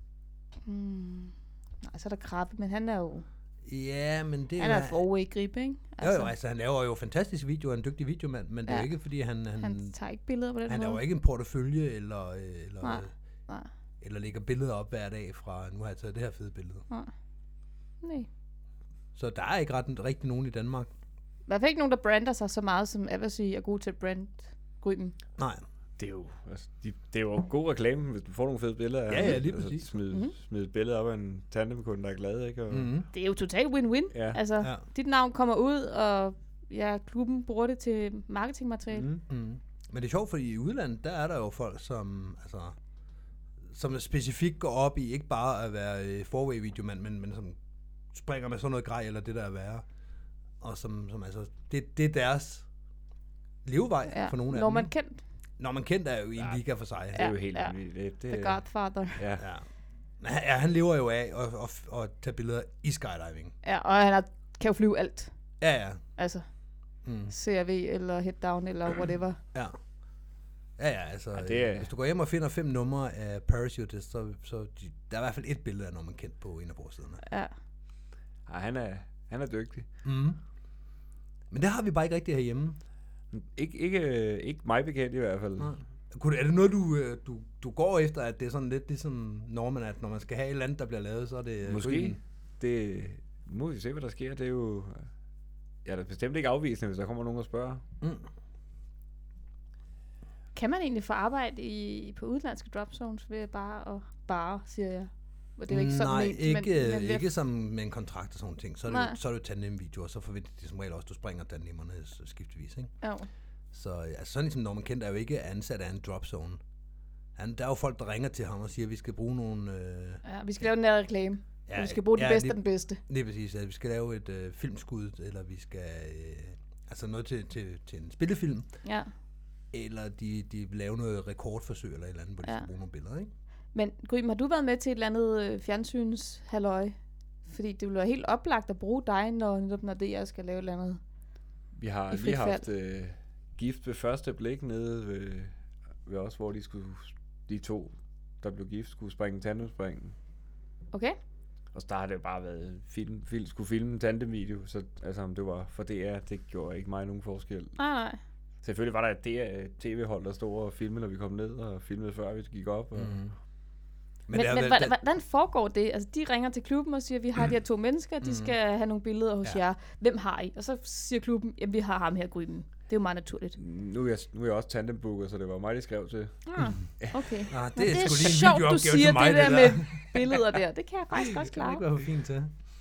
Mm. Nej, så er der Krabbe, men han er jo Ja, men det han er jo- et forway grip, ikke? Jo, jo, altså han laver jo fantastiske videoer, en dygtig videomand, men det er Ja. jo ikke, fordi han... Han, han tager ikke billeder på den han måde. laver ikke en portefølje, eller, øh, eller, Nej, øh, nej. eller lægger billeder op hver dag fra, nu har jeg taget det her fede billede. Nej. Så der er ikke ret, rigtig nogen i Danmark. I hvert fald ikke nogen, der brander sig så meget, som Abbasi er god til at brand Gryben. Nej. Det er jo, altså, de, det er jo god reklame, hvis du får nogle fede billeder. Ja, ja, lige altså, præcis. Smid, Mhm. smid et billede op af en tandemkunde, der er glad, ikke? Og, Mm-hmm. Det er jo totalt win-win. Ja. Altså, Ja. dit navn kommer ud, og ja, klubben bruger det til marketingmateriale. Mm. Mm. Men det er sjovt, fordi i udlandet, der er der jo folk, som, altså, som specifikt går op i ikke bare at være øh, forway-videomand, men, men som springer med sådan noget grej, eller det der er værre. Og som, som altså, det, det er deres levevej Ja. for nogle af Når dem. man ikke? kendt Når man kendt er jo i en Ja. liga for sig. Det er jo Ja, helt ja. vildt. Det, det, The Godfather. Ja. Ja. Men han- ja, han lever jo af at, at, at tage billeder i skydiving. Ja, og han har, kan jo flyve alt. Ja, ja. Altså, Mm. C R V eller head down eller whatever. Ja. Ja, ja, altså, Ja, ja, det er- hvis du går hjem og finder fem numre af parachutist, så, så de, der er i hvert fald et billede af, når man kendt på en af bordsiderne. Ja. Ja, han er, han er dygtig. Mm. Men det har vi bare ikke rigtig herhjemme. Ikke, ikke, ikke mig bekendt i hvert fald. Nej. Kunne- Er det noget, du, øh, du, du går efter, at det er sådan lidt ligesom Norman, at når man skal have et eller andet, der bliver lavet, så er det... øh, Måske. Green? Det må vi se, hvad der sker. Det er jo... Jeg er da bestemt ikke afvisende, hvis der kommer nogen og spørger. Mm. Kan man egentlig få arbejde i, på udenlandske drop zones ved bare at bare, siger jeg? Det er jo ikke sådan Nej, ment, ikke, men, men ved- ikke som med en kontrakt og sådan nogle ting. Så er det, Nej. jo, så er det jo tandemvideo, og så forventer de som regel også, at du springer tandemmerne skiftevis, ikke? Ja. Så altså, sådan ligesom Norman Kent er jo ikke ansat af en drop zone. Han, der er jo folk, der ringer til ham og siger, at vi skal bruge nogle... Øh, ja, vi skal lave den der reklame. Ja, vi skal bruge den ja, bedste lige- af den bedste. Lige præcis, at vi skal lave et øh, filmskud, eller vi skal... Øh, altså noget til, til, til en spillefilm, Ja. eller de, de vil lave noget rekordforsøg, eller et eller andet, hvor de Ja. skal bruge nogle billeder, ikke? Men Grym, har du været med til et eller andet øh, fjernsynshalløj? Fordi det ville være helt oplagt at bruge dig, når, netop når D R skal lave et eller andet. Vi har I lige frit fald. haft øh, gift ved første blik nede ved, ved os, hvor de skulle, de to, der blev gift, skulle springe tandemspringen. Okay? Og så der har det bare været film, film, skulle filme en tandemvideo, så altså om det var for D R, det gjorde ikke mig nogen forskel. Nej, nej. Selvfølgelig var der et D R T V-hold, der stod og filmede, når vi kom ned, og filmede før vi gik op. Og Mm. Men, men, det er men vel- hvordan, hvordan foregår det? Altså, de ringer til klubben og siger, vi har de her to mennesker, de skal have nogle billeder hos Ja. jer. Hvem har I? Og så siger klubben, jamen vi har ham her, Grym. Det er jo meget naturligt. nu, er jeg, nu er jeg også tandembooker, så det var mig, de skrev til. Ah, okay. Ah, det, Men er det er sgu lige en sjovt, du videoopgave siger til mig, det der det der. med billeder der. Det kan jeg faktisk godt Det kan man ikke klare. være for fint til.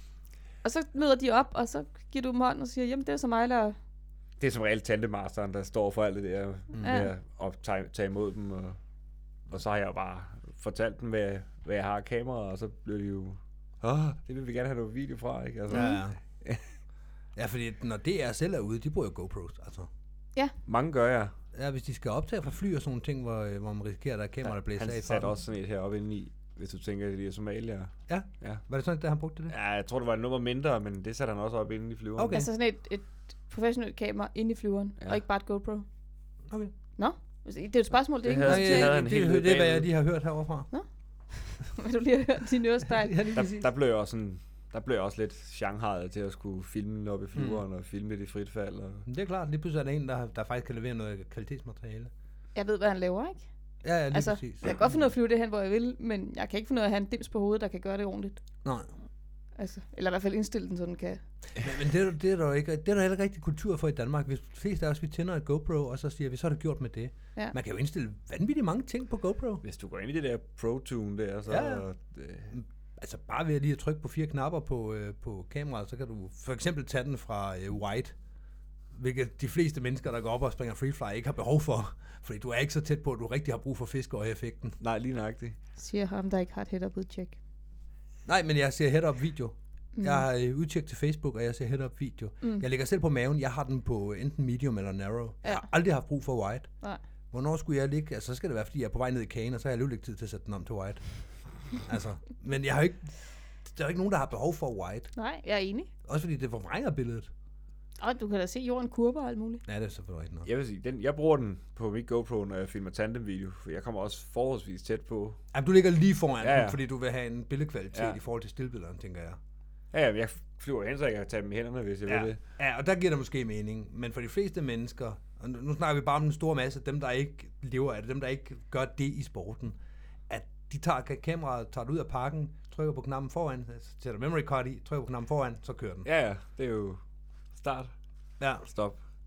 Og så møder de op, og så giver du dem hånd og siger, jamen det er så mig, der... Det er som regel tandemasteren, der står for alt det der, Mm. med Ja. at op- tage, tage imod dem. Og, og så har jeg jo bare fortalt dem, hvad, hvad jeg har af kamera, og så bliver de jo, åh, det vil vi gerne have noget video fra, ikke? Altså, Ja, ja. Ja, fordi når D R selv er ude, de bruger jo GoPros, altså. mange gør jeg. Ja, hvis de skal optage fra fly og sådan nogle ting, hvor, øh, hvor man risikerer, at der er kamera, der blæser Han af i satte farten. også sådan et heroppe inde i, hvis du tænker, at de er somalier. Ja, Ja. var det sådan, at han brugte det? Ja, jeg tror, det var et nummer mindre, men det satte han også op inde i flyveren. Okay. Altså sådan et, et professionelt kamera inde i flyveren, Ja. og ikke bare et GoPro. Okay. Nå, det er jo et spørgsmål, det er Det ikke havde- noget, det havde til, han det, helt det, nede det, er, hvad bagved. jeg lige har hørt heroverfra. hvad du lige har hørt din øresteg. Ja, lige Der, præcis. der blev jeg også sådan, der blev jeg også lidt shanghajet til at skulle filme op i flyveren mm. og filme lidt i frit fald. Og... Men det er klart, lige pludselig er der en, der, der faktisk kan levere noget kvalitetsmateriale. Jeg ved, hvad han laver, ikke? Ja, ja, lige Altså, præcis. jeg kan godt finde ud af at flyve det hen, hvor jeg vil, men jeg kan ikke finde ud af at have en dims på hovedet, der kan gøre det ordentligt. Nej. Altså, eller i hvert fald indstille den, så den kan. Men, men det, er, det, er der jo ikke, det er der heller ikke rigtig kultur for i Danmark. Hvis de fleste af os, vi tænder et GoPro, og så siger vi, så er det gjort med det. Ja. Man kan jo indstille vanvittigt mange ting på GoPro. Hvis du går ind i det der Pro-tune der, så... Ja, ja. Øh, Altså bare ved at lige at trykke på fire knapper på, øh, på kameraet, så kan du for eksempel tage den fra øh, wide, hvilket de fleste mennesker, der går op og springer freefly, ikke har behov for. Fordi du er ikke så tæt på, at du rigtig har brug for fiskeøje-effekten. nej, lige nøjagtigt. Siger ham, der ikke har et head-up udtjek. Nej, men jeg ser head-up video. Mm. Mm. Jeg har øh, udtjek til Facebook, og jeg ser head-up video. Mm. Jeg ligger selv på maven. Jeg har den på enten medium eller narrow. Jeg Ja. har aldrig haft brug for wide. Nej. Hvornår skulle jeg ligge? Altså, så skal det være, fordi jeg er på vej ned i kagen, og så har jeg alligevel ikke tid til at sætte den om til wide. altså, men jeg har ikke... Der er ikke nogen, der har behov for wide. Nej, jeg er enig. Også fordi det forvrænger billedet. Og du kan da se jorden kurver og alt muligt. Ja, det er selvfølgelig rigtigt nok. Jeg vil sige, den, jeg bruger den på mit GoPro, når jeg filmer tandemvideo, for jeg kommer også forholdsvis tæt på. Jamen, du ligger lige foran Ja, ja, ja. den, fordi du vil have en billedkvalitet Ja. i forhold til stillbillederne, tænker jeg. Ja, ja, jeg flyver hen, så jeg kan tage dem i hænderne, hvis jeg Ja. vil det. Ja, og der giver det måske mening. Men for de fleste mennesker, og nu nu snakker vi bare om en stor masse, dem der ikke lever af det, dem der ikke gør det i sporten, at de tager ka- kameraet, tager det ud af pakken, trykker på knappen foran, sætter memory card i, trykker på knappen foran, så kører den. Ja, ja, det er jo start, Ja. stop.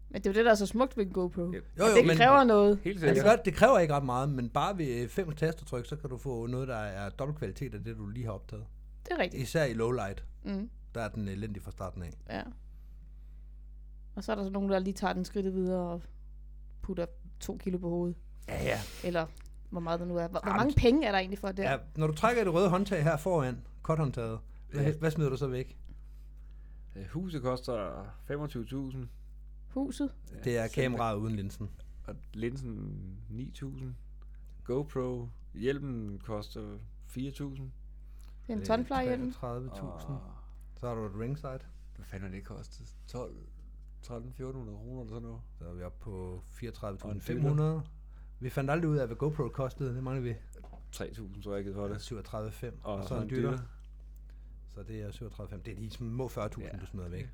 Men det er jo det, der er så smukt ved en GoPro. Ja. Jo, Jo, jo, det men- kræver noget. Helt Ja, det, sikkert. gør, det kræver ikke ret meget, men bare ved fem tastertryk, så kan du få noget, der er dobbelt kvalitet af det, du lige har optaget. Det er rigtigt. Især i lowlight, Mm. der er den elendig fra starten af. Ja. Og så er der så nogen, der lige tager den skridtet videre og putter to kilo på hovedet. Ja, ja. Eller hvor meget det nu er. Hvor, hvor Jamen, mange penge er der egentlig for det? ja. Når du trækker det røde håndtag her foran, cut-håndtaget, hvad, Ja. hvad smider du så væk? Øh, Huset koster femogtyve tusind. Huset? Det er så- kameraet uden linsen. Og linsen ni tusind. GoPro. Hjelmen koster fire tusind. Det er en tonfly hjelm. tredive tusind. Og Så har du et ringside. hvad fanden har det kostet? tolv, tretten, fjorten hundrede kroner eller sådan noget. Så er vi oppe på fireogtredive Og en tusind fem hundrede. Vi fandt aldrig ud af, hvad GoPro kostede. Det mangler vi. tre tusind tror jeg ikke for det. syvogtredive komma fem. Og, Og, så en dytter. Så det er syvogtredive komma fem. Det er de små fyrre tusind, Ja. du smider væk.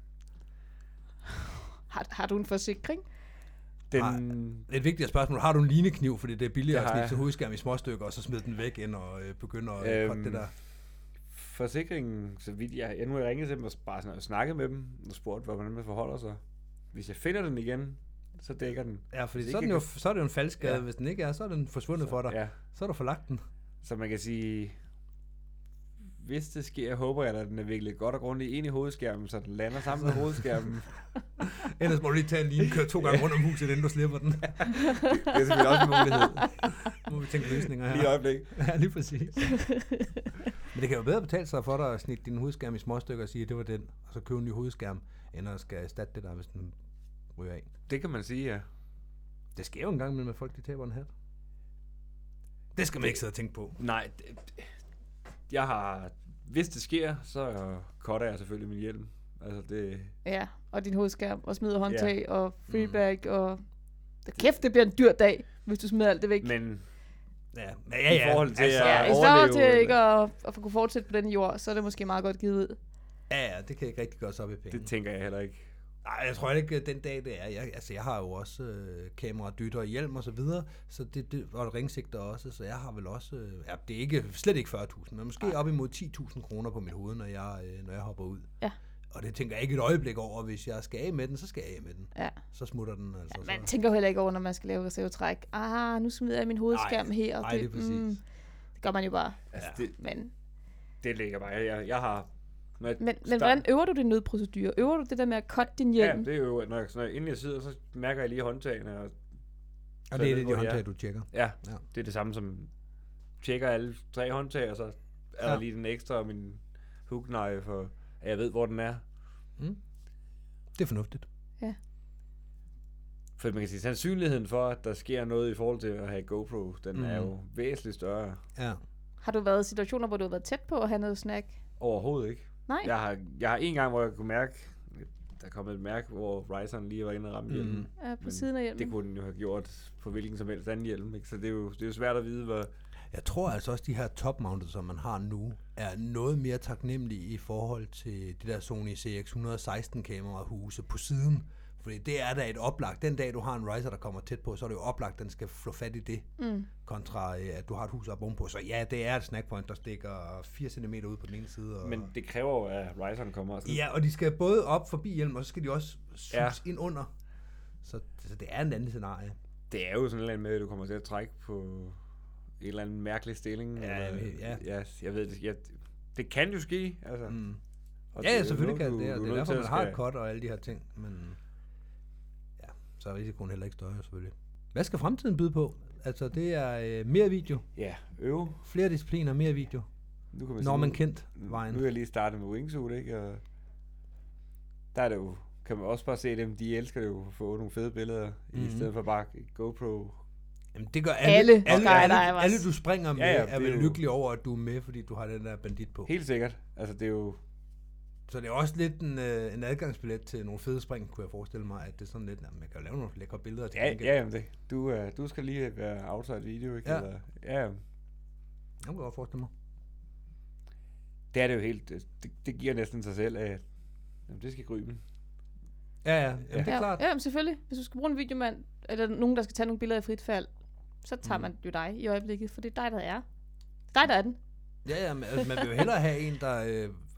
Har, har du en forsikring? Den, Et vigtigt spørgsmål. Har du en linekniv, fordi det er billigere Det at har snit jeg. til hovedskærm i småstykker, og så smide den væk ind og øh, begynde at øh, Øhm, cutte det der? forsikringen, så vidt jeg, jeg nu har jeg ringet til dem og bare sådan, snakket med dem og spurgt, hvordan man forholder sig. Hvis jeg finder den igen, så dækker den. Ja, fordi hvis så er, ikke den jo, jeg så er det jo en falskskade. Ja. Hvis den ikke er, så er den forsvundet for dig. Ja, Så har du forlagt den. så man kan sige, hvis det sker, håber jeg, at den er viklet godt og grundigt ind i hovedskærmen, så den lander sammen med hovedskærmen. Ellers må du lige tage en line, køre to gange rundt om huset, inden du slipper den. Det er selvfølgelig også en mulighed. Nu må vi tænke løsninger her. Lige et øjeblik. Ja, lige præcis. Men det kan jo bedre betale sig for dig at snitte din hovedskærm i småstykker og sige, at det var den, og så købe en ny hovedskærm, end at skal erstatte det der, hvis den ryger af. Det kan man sige, ja. Det sker jo en gang imellem, at folk de taber en hat. Det skal man ikke sidde og tænke på. Nej, det, jeg har, hvis det sker, så cutter jeg selvfølgelig min hjelm. Altså det, Ja, og din hovedskærm, og smider håndtag, Mm. ja. og freebag, og... Kæft, det bliver en dyr dag, hvis du smider alt det væk. men Ja, ja, i forhold til altså, at Ja, i overleve, forhold til eller- ikke at, at kunne fortsætte på den jord, så er det måske meget godt givet ud. ja, ja, det kan ikke rigtig gøres op i penge. det tænker jeg heller ikke. Nej, jeg tror ikke, at den dag det er. Jeg, altså, jeg har jo også øh, kamera, dytter, hjelm og så videre, så det, det, og et ringsigter også, så jeg har vel også, øh, ja, det er ikke, slet ikke fyrre tusind, men måske op imod ti tusind kroner på mit hoved, når jeg, øh, når jeg hopper ud. Ja. Og det tænker jeg ikke et øjeblik over. Hvis jeg skal af med den, så skal jeg af med den. Ja. Så smutter den altså. Man så. tænker jo heller ikke over, når man skal lave reservetræk. Ah, nu smider jeg min hovedskærm Ej, her. Og ej, det, det er præcis. det gør man jo bare. Altså Ja. det, Men, det ligger bare. Jeg, jeg har... Når jeg men, men start- hvordan øver du din nødprocedure? Øver du det der med at cutte din hjelm? Ja, det er jo, når jeg, når jeg, inden jeg sidder, så mærker jeg lige håndtagene. Og, Og så det er jeg det, ved, de hvor de er. håndtag, du tjekker. ja, Ja. det er det samme som tjekker alle tre håndtag, og så er Ja. der lige den ekstra og min hookknife, for at jeg ved, hvor den er. Mm. Det er fornuftigt. For man kan sige, sandsynligheden for, at der sker noget i forhold til at have GoPro, den mm. er Mhm. jo væsentligt større. Ja. Har du været i situationer, hvor du har været tæt på at have noget snack? Overhovedet ikke. Nej. Jeg har, jeg har en gang, hvor jeg kunne mærke, der kom et mærke, hvor Riseren lige var inde og ramme hjelmen. Mm. Ja, på Men siden af hjelmen. Det kunne den jo have gjort på hvilken som helst anden hjelm, ikke? Så det er jo, det er jo svært at vide, hvor... Jeg tror altså også, de her top-mounted, som man har nu, er noget mere taknemmelige i forhold til det der Sony C X et hundrede og seksten kamerahuse på siden. Fordi det er da et oplagt. Den dag, du har en riser, der kommer tæt på, så er det jo oplagt, at den skal flå fat i det. Mm. Kontra, øh, at du har et hus op ovenpå. Så ja, det er et snackpoint, der stikker fire centimeter ud på den ene side. Og... Men det kræver jo, at Riseren kommer også. Ja, og de skal både op forbi hjelmen, og så skal de også sus Ja. ja. ind under. Så, så det er en anden scenarie. Det er jo sådan noget med, at du kommer til at trække på en eller anden mærkelig stilling. Ja, eller, ja. ja. Jeg ved det. Jeg, det kan jo ske, altså. Mm. Og Ja, er ja, jo selvfølgelig noget, kan det. du- Og du det er nødt derfor, til man at har et skal- cut og alle de her ting. Men ja, så er risikoen heller ikke større, selvfølgelig. Hvad skal fremtiden byde på? Altså, det er øh, mere video, Ja, øve. flere discipliner, mere video. Nu kan man Når sige, man nu- kendt Nu vejen. er jeg lige startet med wingsuit, ikke? Og der er det jo, kan man også bare se dem, de elsker det jo at få nogle fede billeder, mm-hmm. i Mhm. stedet for bare GoPro. Jamen, det gør alle. Alle alle, skydivers. alle, alle, du springer med, Ja, ja, ja, ja, er det er vel jo- lykkelige over, at du er med, fordi du har den der bandit på. Helt sikkert. Altså, det er jo... Så det er også lidt en, øh, en adgangsbillet til nogle fede spring, kunne jeg forestille mig, at det er sådan lidt, at man kan jo lave nogle lækre billeder til Ja, gengæld. ja, jamen det. Du, uh, du skal lige være outside video, ikke? Ja. Eller, ja, Jeg kan godt forestille mig. det er det jo helt... Det, det giver næsten sig selv, at jamen, det skal Gryben. Ja, ja, jamen, det er ja, klart. Ja, men selvfølgelig. Hvis du skal bruge en videomand, eller nogen, der skal tage nogle billeder i frit fald, så tager Mm. man jo dig i øjeblikket, for det er dig, der er. Dig, der er den. Ja, ja, men, altså, man vil jo hellere have en, der øh,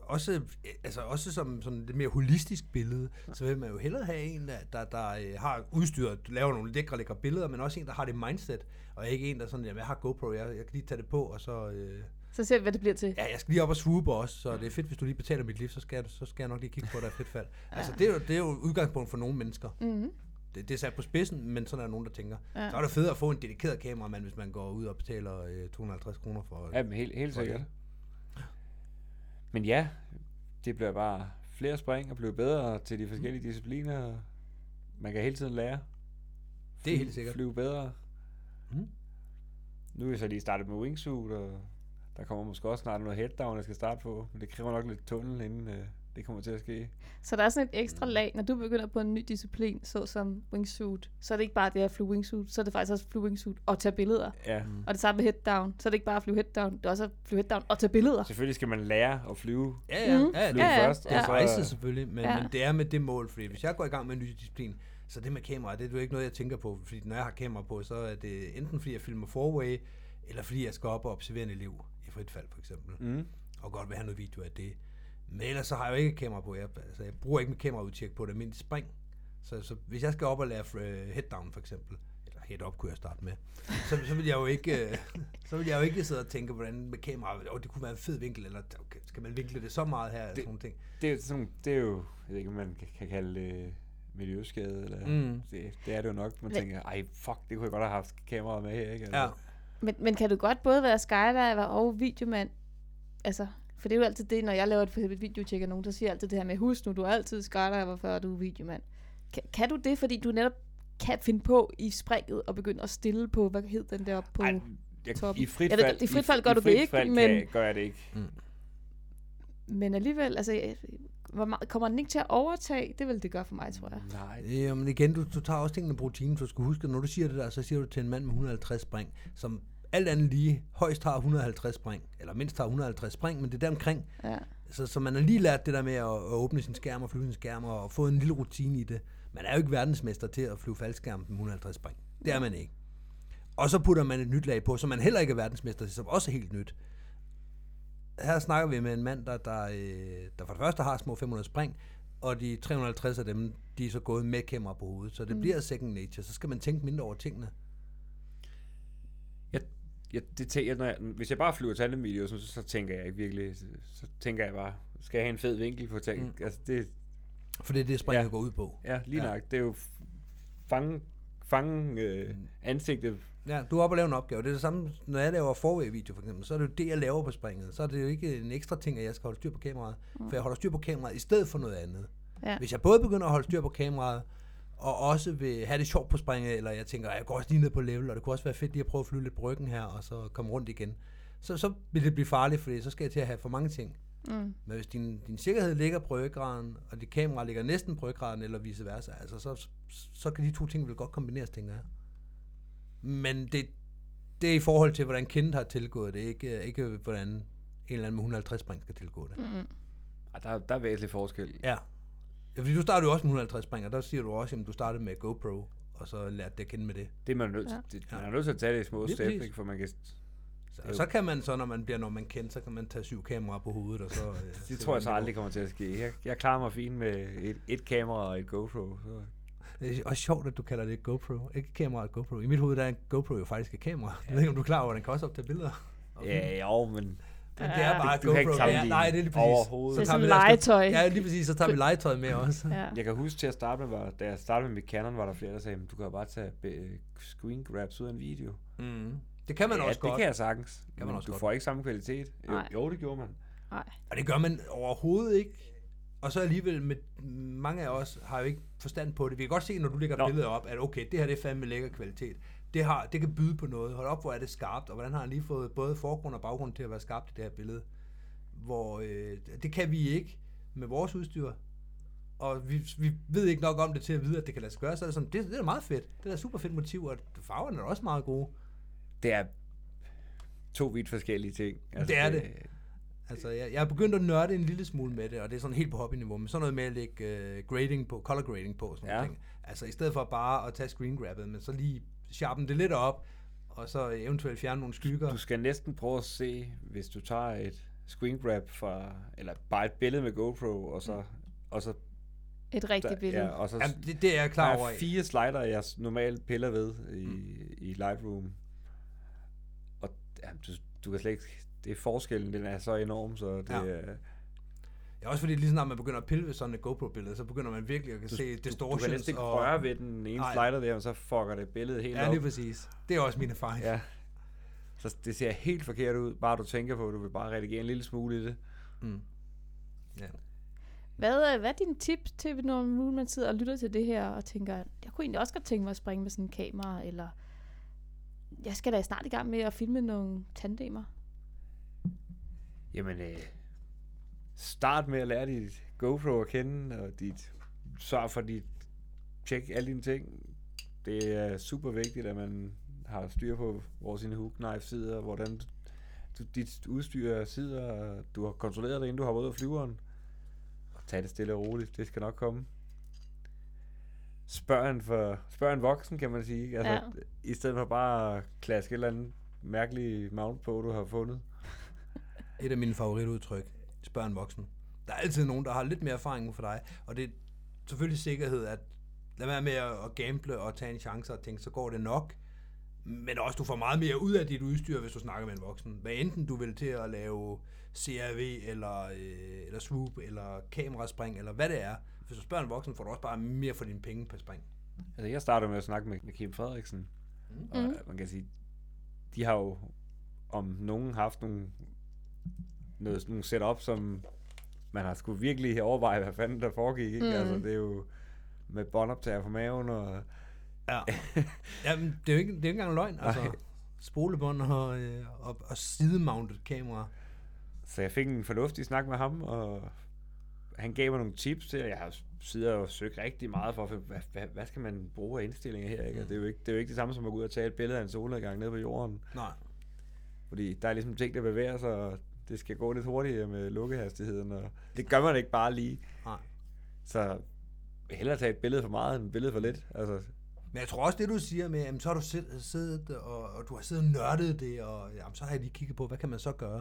også, altså også som sådan et mere holistisk billede, så vil man jo hellere have en, der, der, der øh, har udstyret, laver nogle lækre, lækre billeder, men også en, der har det mindset, og ikke en, der sådan, jamen, jeg har GoPro, jeg, jeg kan lige tage det på, og så... Øh, Så ser vi, hvad det bliver til. ja, jeg skal lige op og swoope også, så det er fedt, hvis du lige betaler mit liv, så skal, jeg, så skal jeg nok lige kigge på dig i frit fald. Ja. Altså, det er, jo, det er jo udgangspunkt for nogle mennesker. Mm-hmm. Det, det er sat på spidsen, men sådan er der nogen, der tænker. Ja. Så er det fedt at få en dedikeret kameramand, hvis man går ud og betaler øh, to hundrede og halvtreds kroner for... Ja, men helt, helt for sikkert. det. Men ja, det bliver bare flere spring og blive bedre til de forskellige discipliner. Og man kan hele tiden lære. Det er helt sikkert. Flyve bedre. Mm. Nu er jeg så lige startet med wingsuit, og der kommer måske også snart noget headdown, jeg skal starte på. Men det kræver nok lidt tunnel, inden øh, det kommer til at ske. Så der er sådan et ekstra lag, når du begynder på en ny disciplin, såsom wingsuit, så er det ikke bare det at flyve wingsuit, så er det faktisk også at flyve wingsuit og tage billeder. Ja. Mm. Og det samme med headdown, så er det ikke bare at flyve headdown, det er også at flyve headdown og tage billeder. Selvfølgelig skal man lære at flyve. Ja, ja. Mm. ja, det Flyve Ja, ja. først, Det er og så... rejse selvfølgelig, men, Ja. men det er med det mål, fordi hvis jeg går i gang med en ny disciplin, så det med kamera, det er jo ikke noget, jeg tænker på, fordi når jeg har kamera på, så er det enten fordi jeg filmer forway, eller fordi jeg skal op og observere en elev i frit fald for eksempel, Mm. og godt vil have noget video af det. Men ellers så har jeg jo ikke kamera på, jeg, altså jeg bruger ikke mit kameraudtjek på det almindelige spring, så, så hvis jeg skal op og lære uh, head-down for eksempel, eller head-up kunne jeg starte med, så, så vil jeg jo ikke, uh, så vil jeg jo ikke sidde og tænke, hvordan med kamera, oh, det kunne være en fed vinkel, eller okay, skal man vinkle det så meget her, det, sådan nogle ting. Det, er sådan, det er jo, jeg ved ikke, om man kan, kan kalde det miljøskade, eller Mm. det, det er det jo nok. Man Men- tænker, ej fuck, det kunne jeg godt have haft kameraet med her, ikke? Altså, Ja. Men, men kan du godt både være skydiver og videomand? Altså, for det er jo altid det, når jeg laver et, for eksempel et videotjek af nogen, der siger altid det her med, husk nu, du er altid skydiver, før du er videomand. Kan, kan du det, fordi du netop kan finde på i springet og begynde at stille på, hvad hed den der på Ej, jeg, toppen? i frit Jeg ved fald, godt, i frit fald gør i du det frit ikke, fald men- kan, gør jeg det ikke. Mm. Men alligevel, altså, jeg- hvor meget, kommer den ikke til at overtage? Det vil det gøre for mig, tror jeg. Nej. Ja, men igen, du, du tager også tingene på rutinen, så du skal huske, at når du siger det der, så siger du til en mand med et hundrede og halvtreds spring, som alt andet lige højst har et hundrede og halvtreds spring, eller mindst har et hundrede og halvtreds spring, men det er der omkring. Ja. Så, så man har lige lært det der med at, at åbne sin skærm og flyve sin skærm og få en lille rutine i det. Man er jo ikke verdensmester til at flyve faldskærm med et hundrede og halvtreds spring. Det er man ikke. Og så putter man et nyt lag på, som man heller ikke er verdensmester til, som også er helt nyt. Her snakker vi med en mand, der, der, øh, der for det første har små fem hundrede spring, og de tre hundrede og halvtreds af dem, de er så gået med kamera på hovedet. Så det mm. bliver second nature. Så skal man tænke mindre over tingene. Jeg, jeg, det tænker, når jeg, hvis jeg bare flyver tandemvideo, så, så tænker jeg ikke virkelig, så, så tænker jeg bare, skal jeg have en fed vinkel på ting? Mm. Altså det, For det er det, springet Ja. går ud på. ja, lige Ja. nok. Det er jo f- fange, fange øh, ansigtet. Ja, du er oppe og laver en opgave. Det er det samme, når jeg laver forway-video for eksempel, så er det jo det, jeg laver på springet. Så er det jo ikke en ekstra ting, at jeg skal holde styr på kameraet. Mm. For jeg holder styr på kameraet i stedet for noget andet. Ja. Hvis jeg både begynder at holde styr på kameraet, og også vil have det sjovt på springet, eller jeg tænker, jeg går også lige ned på level, og det kunne også være fedt lige at prøve at flyve lidt på ryggen her, og så komme rundt igen. Så, så vil det blive farligt, fordi så skal jeg til at have for mange ting. Mm. Men hvis din, din sikkerhed ligger på ryggraden, og dit kamera ligger næsten på ryggraden, eller vice versa, altså så, så kan de to ting vel godt kombineres, tænker jeg. Men det, det er i forhold til, hvordan Kent har tilgået det, ikke, ikke hvordan en eller anden med et hundrede og halvtreds spring skal tilgå det. Mm. Ej, der, der er væsentlig forskel. Ja. Ja, fordi du startede jo også med et hundrede og halvtreds spring, og der siger du også, at du startede med GoPro, og så lærte det at kende med det. Det er man nødt til. Ja. Det, man er nødt til at tage det i små Lige step, præcis. ikke? For man kan... Så, og så kan man så, når man bliver når man kendt, så kan man tage syv kameraer på hovedet, og så... Øh, Det se, tror jeg så hvordan aldrig kommer til at ske. Jeg, jeg klarer mig fint med et, et kamera og et GoPro. Så. går. Det er også sjovt, at du kalder det et GoPro. Ikke kamera, et GoPro. I mit hoved der er en GoPro jo faktisk et kamera. Jeg ved ikke, om du er klar over, at den kan også optage billeder. Ja, jo, men Men det er bare Du- du kan ikke GoPro. Ja, sammenligne nej, det er lige præcis. overhovedet. Det er tager sådan vi der- legetøj. Ja, lige præcis. Så tager vi legetøj med også. Ja. jeg kan huske til at starte med, var, da jeg startede med mit Canon, var der flere, der sagde, du kan jo bare tage be- screen grabs ud af en video. Mm. Det kan man ja, også det godt. kan jeg sagtens. man Men også du godt. får ikke samme kvalitet. Jo, Nej. jo, det gjorde man. Nej. Og det gør man overhovedet ikke. Og så alligevel, med mange af os har jo ikke forstand på det. Vi kan godt se, når du lægger Nå. billeder op, at okay, det her det er fandme lækker kvalitet. Det, har, det kan byde på noget. Hold op, hvor er det skarpt, og hvordan har han lige fået både forgrund og baggrund til at være skarpt i det her billede. Hvor øh, det kan vi ikke med vores udstyr. Og vi, vi ved ikke nok om det til at vide, at det kan lade sig gøre. Så er det sådan, det, det er meget fedt. Det er super fedt motiv, og farverne er også meget gode. Det er to vidt forskellige ting. Det er det. Altså, jeg, jeg er begyndt at nørde en lille smule med det, og det er sådan helt på hobbyniveau, men sådan noget med at lægge uh, grading på, color grading på, sådan Ja. nogle ting. Altså, i stedet for bare at tage screen grabbet, men så lige sharpen det lidt op, og så eventuelt fjerne nogle skygger. Du skal næsten prøve at se, hvis du tager et screen grab fra, eller bare et billede med GoPro, og så, og så Et rigtigt der, billede. ja, og så Jamen, det, det er jeg klar der over. er fire slider, jeg normalt piller ved i, mm. i Lightroom. Og ja, du, du kan slet ikke, det er forskellen, den er så enorm, så det Ja. er... Ja, også fordi lige snart man begynder at pille ved sådan et GoPro-billede, så begynder man virkelig at Du, se du, distortions. du kan næsten ikke og... røre ved den ene Nej. slider der, og så fucker det billedet helt Ja, op. lige præcis. Det er også min erfaring. Ja. Så det ser helt forkert ud, bare du tænker på, at du vil bare redigere en lille smule i det. Mm. Ja. Hvad, er- hvad er dine tips til, når nu man sidder og lytter til det her, og tænker, jeg kunne egentlig også godt tænke mig at springe med sådan en kamera, eller jeg skal da snart i gang med at filme nogle tandemer. Jamen, øh, start med at lære dit GoPro at kende, og dit, sørg for dit, tjek alle dine ting. Det er super vigtigt, at man har styr på, hvor sine hook knife sidder, hvordan du, dit udstyr sidder, og du har kontrolleret det, inden du har været ud af flyveren. Og tag det stille og roligt, det skal nok komme. Spørg en, for, spørg en voksen, kan man sige. Altså, Ja. i stedet for bare at klaske et eller andet mærkeligt mount på, du har fundet. Et af mine favoritudtryk. Spørg en voksen. Der er altid nogen, der har lidt mere erfaring for dig, og det er selvfølgelig sikkerhed, at lad være med at at gamble og tage en chance og tænke, så går det nok. Men også, du får meget mere ud af dit udstyr, hvis du snakker med en voksen. Hvad enten du vil til at lave C R V, eller, øh, eller swoop, eller kameraspring, eller hvad det er. Hvis du spørger en voksen, får du også bare mere for dine penge per spring. Altså, jeg startede med at snakke med, med Kim Frederiksen, mm. og Mm. man kan sige, de har jo om nogen haft nogle, noget, nogle setup, som man har skulle virkelig overveje, hvad fanden der foregik, ikke? Mm. Altså, det er jo med båndoptager på maven, og Ja. Jamen, det er jo ikke, det er jo ikke engang løgn. Altså, Nej. spolebånd og, øh, og, og sidemounted kamera. så jeg fik en fornuftig snak med ham, og han gav mig nogle tips til, at jeg har siddet og søgt rigtig meget for, at finde, hvad, hvad, hvad skal man bruge af indstillinger her, ikke? Mm. Det er jo ikke det, er jo ikke det samme som at gå ud og tage et billede af en solnedgang nede på jorden. Nej. Fordi der er ligesom ting, der bevæger sig, og det skal gå lidt hurtigere med lukkehastigheden, og det gør man ikke bare lige. Nej. Så hellere tage et billede for meget, end et billede for lidt. Altså, Men jeg tror også, det du siger med, jamen, så har du siddet, siddet og, og du har siddet og nørdet det, og jamen, så har jeg lige kigget på, hvad kan man så gøre?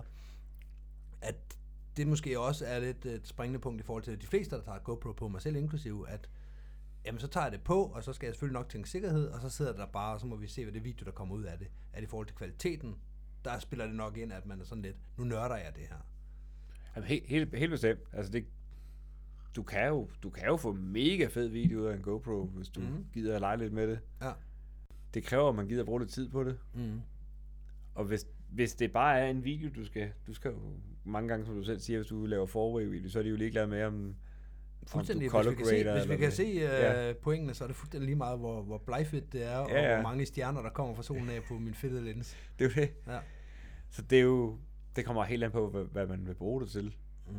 At det måske også er lidt et springende punkt i forhold til de fleste, der tager et GoPro på, mig selv inklusive, at jamen, så tager jeg det på, og så skal jeg selvfølgelig nok tænke sikkerhed, og så sidder der bare, og så må vi se, hvad det video, der kommer ud af det, at i forhold til kvaliteten, der spiller det nok ind, at man er sådan lidt, nu nørder jeg det her. altså helt, helt, helt bestemt. Altså det, du, kan jo, du kan jo få mega fed video ud af en GoPro, hvis du Mhm. mm. gider at lege lidt med det. Ja. Det kræver, at man gider at bruge lidt tid på det. Mm. Og hvis, hvis det bare er en video, du skal, du skal jo mange gange, som du selv siger, hvis du laver four-way video, så er de jo ligeglade med, om, Fuldstændig, om hvis du vi kan se, color hvis vi grader kan eller se uh, hvad. ja. pointene, så er det fuldstændig lige meget, hvor, hvor blegfedt det er, og Ja, ja. hvor mange stjerner, der kommer fra solen af på min fedtede lens. Det er jo det. Ja. Så det er jo, det kommer helt an på, hvad, hvad man vil bruge det til. Mm.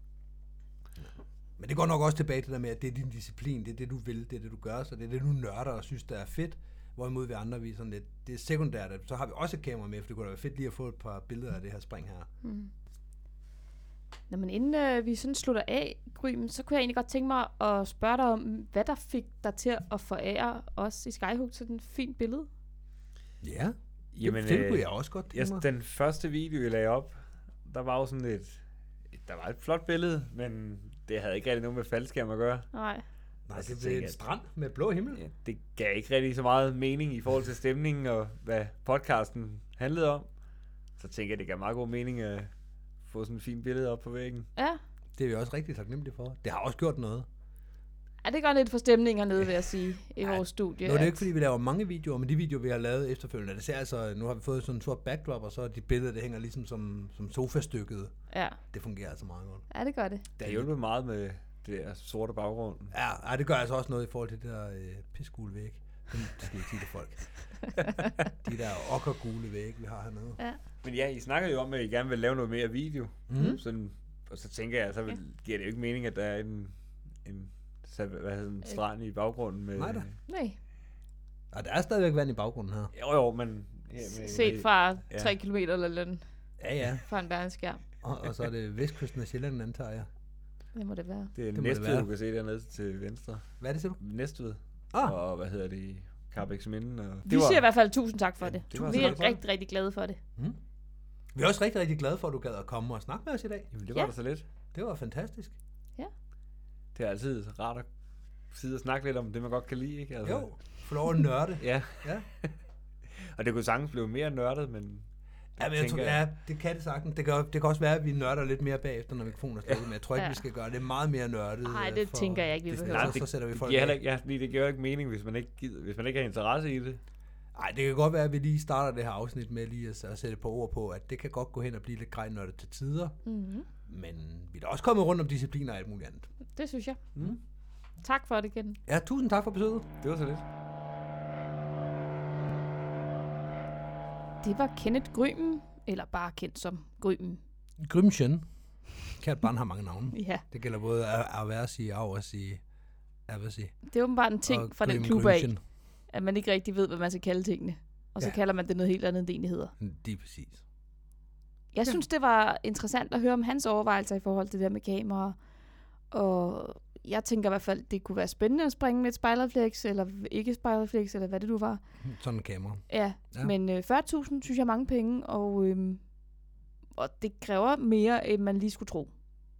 Men det går nok også tilbage til det med, at det er din disciplin, det er det, du vil, det er det, du gør, så det er det, du nørder og synes, der er fedt. Hvorimod vi andre, vi er sådan lidt, det er sekundært, at så har vi også et kamera med, for det kunne da være fedt lige at få et par billeder af det her spring her. Mm. Nå, men inden øh, vi sådan slutter af, Grym, så kunne jeg egentlig godt tænke mig at spørge dig om, hvad der fik dig til at forære os i Skyhook sådan et fint billede? Ja, Jamen, det, det øh, kunne jeg også godt tænke Jeg, mig. den første video, jeg lagde op, der var jo sådan et, der var et flot billede, men det havde ikke rigtig noget med faldskærm at gøre. Nej. Nej, altså, det tænker blev en jeg- strand med blå himmel. Ja, det gav ikke rigtig så meget mening i forhold til stemningen og hvad podcasten handlede om. Så tænker jeg, det gav meget god mening at få sådan et fint billede op på væggen. Ja. Det er vi også rigtig taknemmelige for. Det har også gjort noget. Ja, det gør lidt for stemning hernede, vil jeg sige, i Ej, vores studie. Nu er det at- ikke, fordi vi laver mange videoer, men de videoer, vi har lavet efterfølgende, det ser altså, nu har vi fået sådan en sort backdrop, og så er de billeder, det hænger ligesom som, som sofastykket. Ja. Det fungerer altså meget godt. ja, det gør det. Det har hjulpet meget med det der sorte baggrund. Ja, ej, det gør altså også noget i forhold til det der øh, pissegule væg. Det skal vi ikke sige til folk. De der okkergule væg, vi har hernede. Ja. Men ja, I snakker jo om, at I gerne vil lave noget mere video. Mm. Sådan, og så tænker jeg, så vil, giver det jo ikke mening, at der er en, en, så, hvad hedder en strand i baggrunden med... Nej da. Nej. Og der er stadigvæk vand i baggrunden her. Jo, jo, men... Ja, men Set fra ja. tre kilometer eller lidt Ja, ja. fra en verdensskærm. Og, og så er det vestkysten af Sjælland, antager jeg. Det må det være. Det er det må det Næstved, være. du kan se dernede til venstre. Hvad er det, siger du? Næstved. Ah. Og hvad hedder det? Carbex Minden. Og Vi siger i hvert fald tusind tak for Ja, det. det var Vi så er godt for det. rigtig, rigtig glade for det. Mm. Vi er også rigtig, rigtig glade for, at du gad at komme og snakke med os i dag. Jamen, det var Ja. da så lidt. Det var fantastisk. Det er altid rart at sidde og snakke lidt om det, man godt kan lide, ikke? Altså, Jo, få lov at nørde. Ja, Ja. og det kunne sagtens blive mere nørdet, men... Ja, men jeg tror, ja, det kan det sagtens. Det kan, det kan også være, at vi nørder lidt mere bagefter, når mikrofonen er slukket, men jeg tror ikke, Ja. vi skal gøre det meget mere nørdet. Nej, øh, det for- tænker jeg ikke, vi det, behøver. så, Nej, så det, sætter vi det folk giver heller af. ikke, ja, fordi det giver jo ikke mening, hvis man ikke gider, hvis man ikke har interesse i det. Ej, det kan godt være, at vi lige starter det her afsnit med lige at, at sætte et par ord på, at det kan godt gå hen og blive lidt grejnørdet til tider, Mm-hmm. men vi er da også kommet rundt om discipliner og alt muligt andet. Det synes jeg. Mm. Tak for det igen. Ja, tusind tak for besøget. Det var så lidt. Det var Kenneth Grymen, eller bare kendt som Grymen. Grymchen. Kært barn har mange navne. Ja, Det gælder både Aversi, Aversi, Aversi. det er åbenbart en ting og fra den Grym- klub af, Grymchen. at man ikke rigtig ved, hvad man skal kalde tingene. Og så Ja. kalder man det noget helt andet, end det egentlig hedder. Det er præcis. Jeg synes, det var interessant at høre om hans overvejelser i forhold til det der med kamera. Og jeg tænker i hvert fald, det kunne være spændende at springe med et spejlerflex, eller ikke spejlerflex, eller hvad det nu var. Sådan en kamera. Ja, Ja. ja. men øh, fyrre tusind synes jeg er mange penge, og, øhm, og det kræver mere, end man lige skulle tro.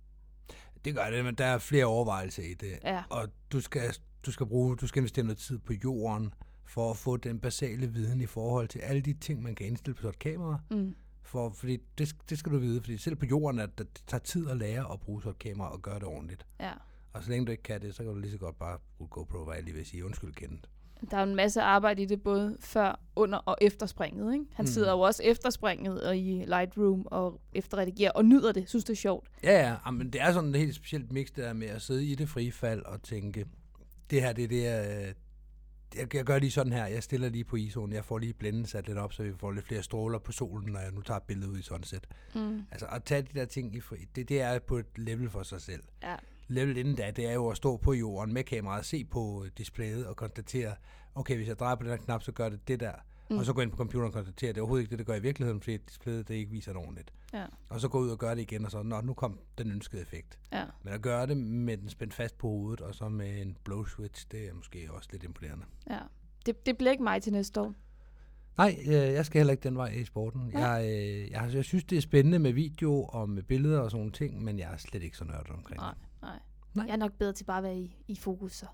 Det gør det, men der er flere overvejelser i det. Ja, Og du skal, du skal bruge, du skal investere noget tid på jorden, for at få den basale viden i forhold til alle de ting, man kan indstille på sådan et kamera. mm. For, fordi det, det skal du vide, fordi selv på jorden, at det tager tid at lære at bruge sådan et kamera og gøre det ordentligt. ja. Og så længe du ikke kan det, så kan du lige så godt bare bruge GoPro, hvad jeg lige vil sige. Undskyld, kendt. Der er jo en masse arbejde i det, både før, under og efter springet. Ikke? Han Mm. sidder jo også efter springet og i Lightroom og efterredigerer og nyder det. Synes det er sjovt. Ja, ja, men det er sådan et helt specielt mix, der med at sidde i det frie fald og tænke, det her, det er det, jeg, jeg, jeg gør lige sådan her, jeg stiller lige på I S O'en, jeg får lige blenden sat lidt op, så vi får lidt flere stråler på solen, når jeg nu tager billedet ud i sunset. Mm. Altså at tage de der ting i fri, det, det er på et level for sig selv. Ja. Level inden da, det er jo at stå på jorden med kameraet, se på displayet og konstatere, okay, hvis jeg drejer på den her knap, så gør det det der. Mm. Og så gå ind på computeren og konstatere, det er overhovedet ikke det, det gør i virkeligheden, fordi displayet det ikke viser det ordentligt. Ja. Og så gå ud og gøre det igen, og så, nå, nu kom den ønskede effekt. Ja. Men at gøre det med den spændt fast på hovedet, og så med en blow switch, det er måske også lidt imponerende. Ja. Det, det bliver ikke mig til næste år. Nej, øh, jeg skal heller ikke den vej i sporten. Ja. Jeg, øh, jeg, jeg synes, det er spændende med video og med billeder og sådan nogle ting, men jeg er slet ikke så nørdet omkring Nej, det. nej. Nej. Jeg er nok bedre til bare at være i, i fokus. Så.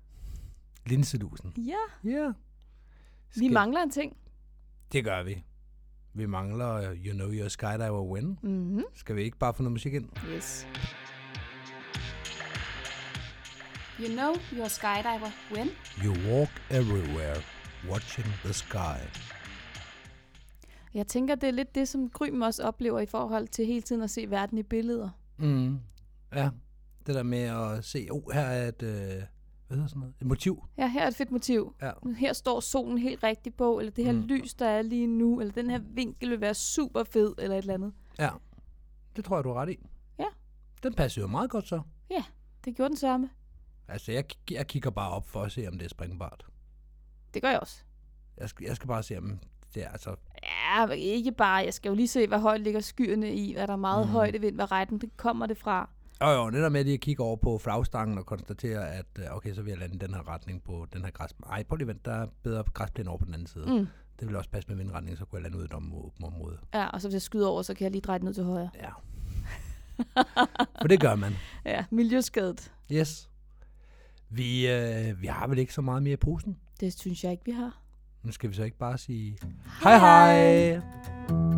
Linselusen. Ja. Ja. Vi Skal- mangler en ting. Det gør vi. Vi mangler uh, You Know Your Skydiver When. Mm-hmm. Skal vi ikke bare få noget musik ind? Yes. You know your skydiver when? You walk everywhere, watching the sky. Jeg tænker, det er lidt det, som Grym også oplever i forhold til hele tiden at se verden i billeder. Mm. Ja, det der med at se, oh, her er et, øh, hvad hedder sådan noget, et motiv. Ja, her er et fedt motiv. Ja. Her står solen helt rigtigt på, eller det her Mm. mm. lys, der er lige nu, eller den her vinkel vil være super fed, eller et eller andet. Ja, det tror jeg, du er ret i. Ja. Den passer jo meget godt så. Det gjorde den sørme. Altså, jeg, jeg kigger bare op for at se, om det er springbart. Det gør jeg også. Jeg skal, jeg skal bare se, om det er altså... Ja, ikke bare. Jeg skal jo lige se, hvad højt ligger skyerne i, hvad der er meget Mm. mm. højdevind, hvad retning det kommer det fra. Jo, jo, det der med lige at kigge over på flagstangen og konstatere, at øh, okay, så vil jeg lande den her retning på den her græsplæne. Ej, prøv lige vent, der er bedre græsplæne over på den anden side. Mm. Mm. Det vil også passe med vindretning, så kunne jeg lande ud i et område. område. Ja, og så hvis jeg skyder over, så kan jeg lige dreje den ud til højre. Ja. For det gør man. Ja, miljøskadet. Yes. Vi, øh, vi har vel ikke så meget mere i posen. Det synes jeg ikke, vi har. Nu skal vi så ikke bare sige hej hej.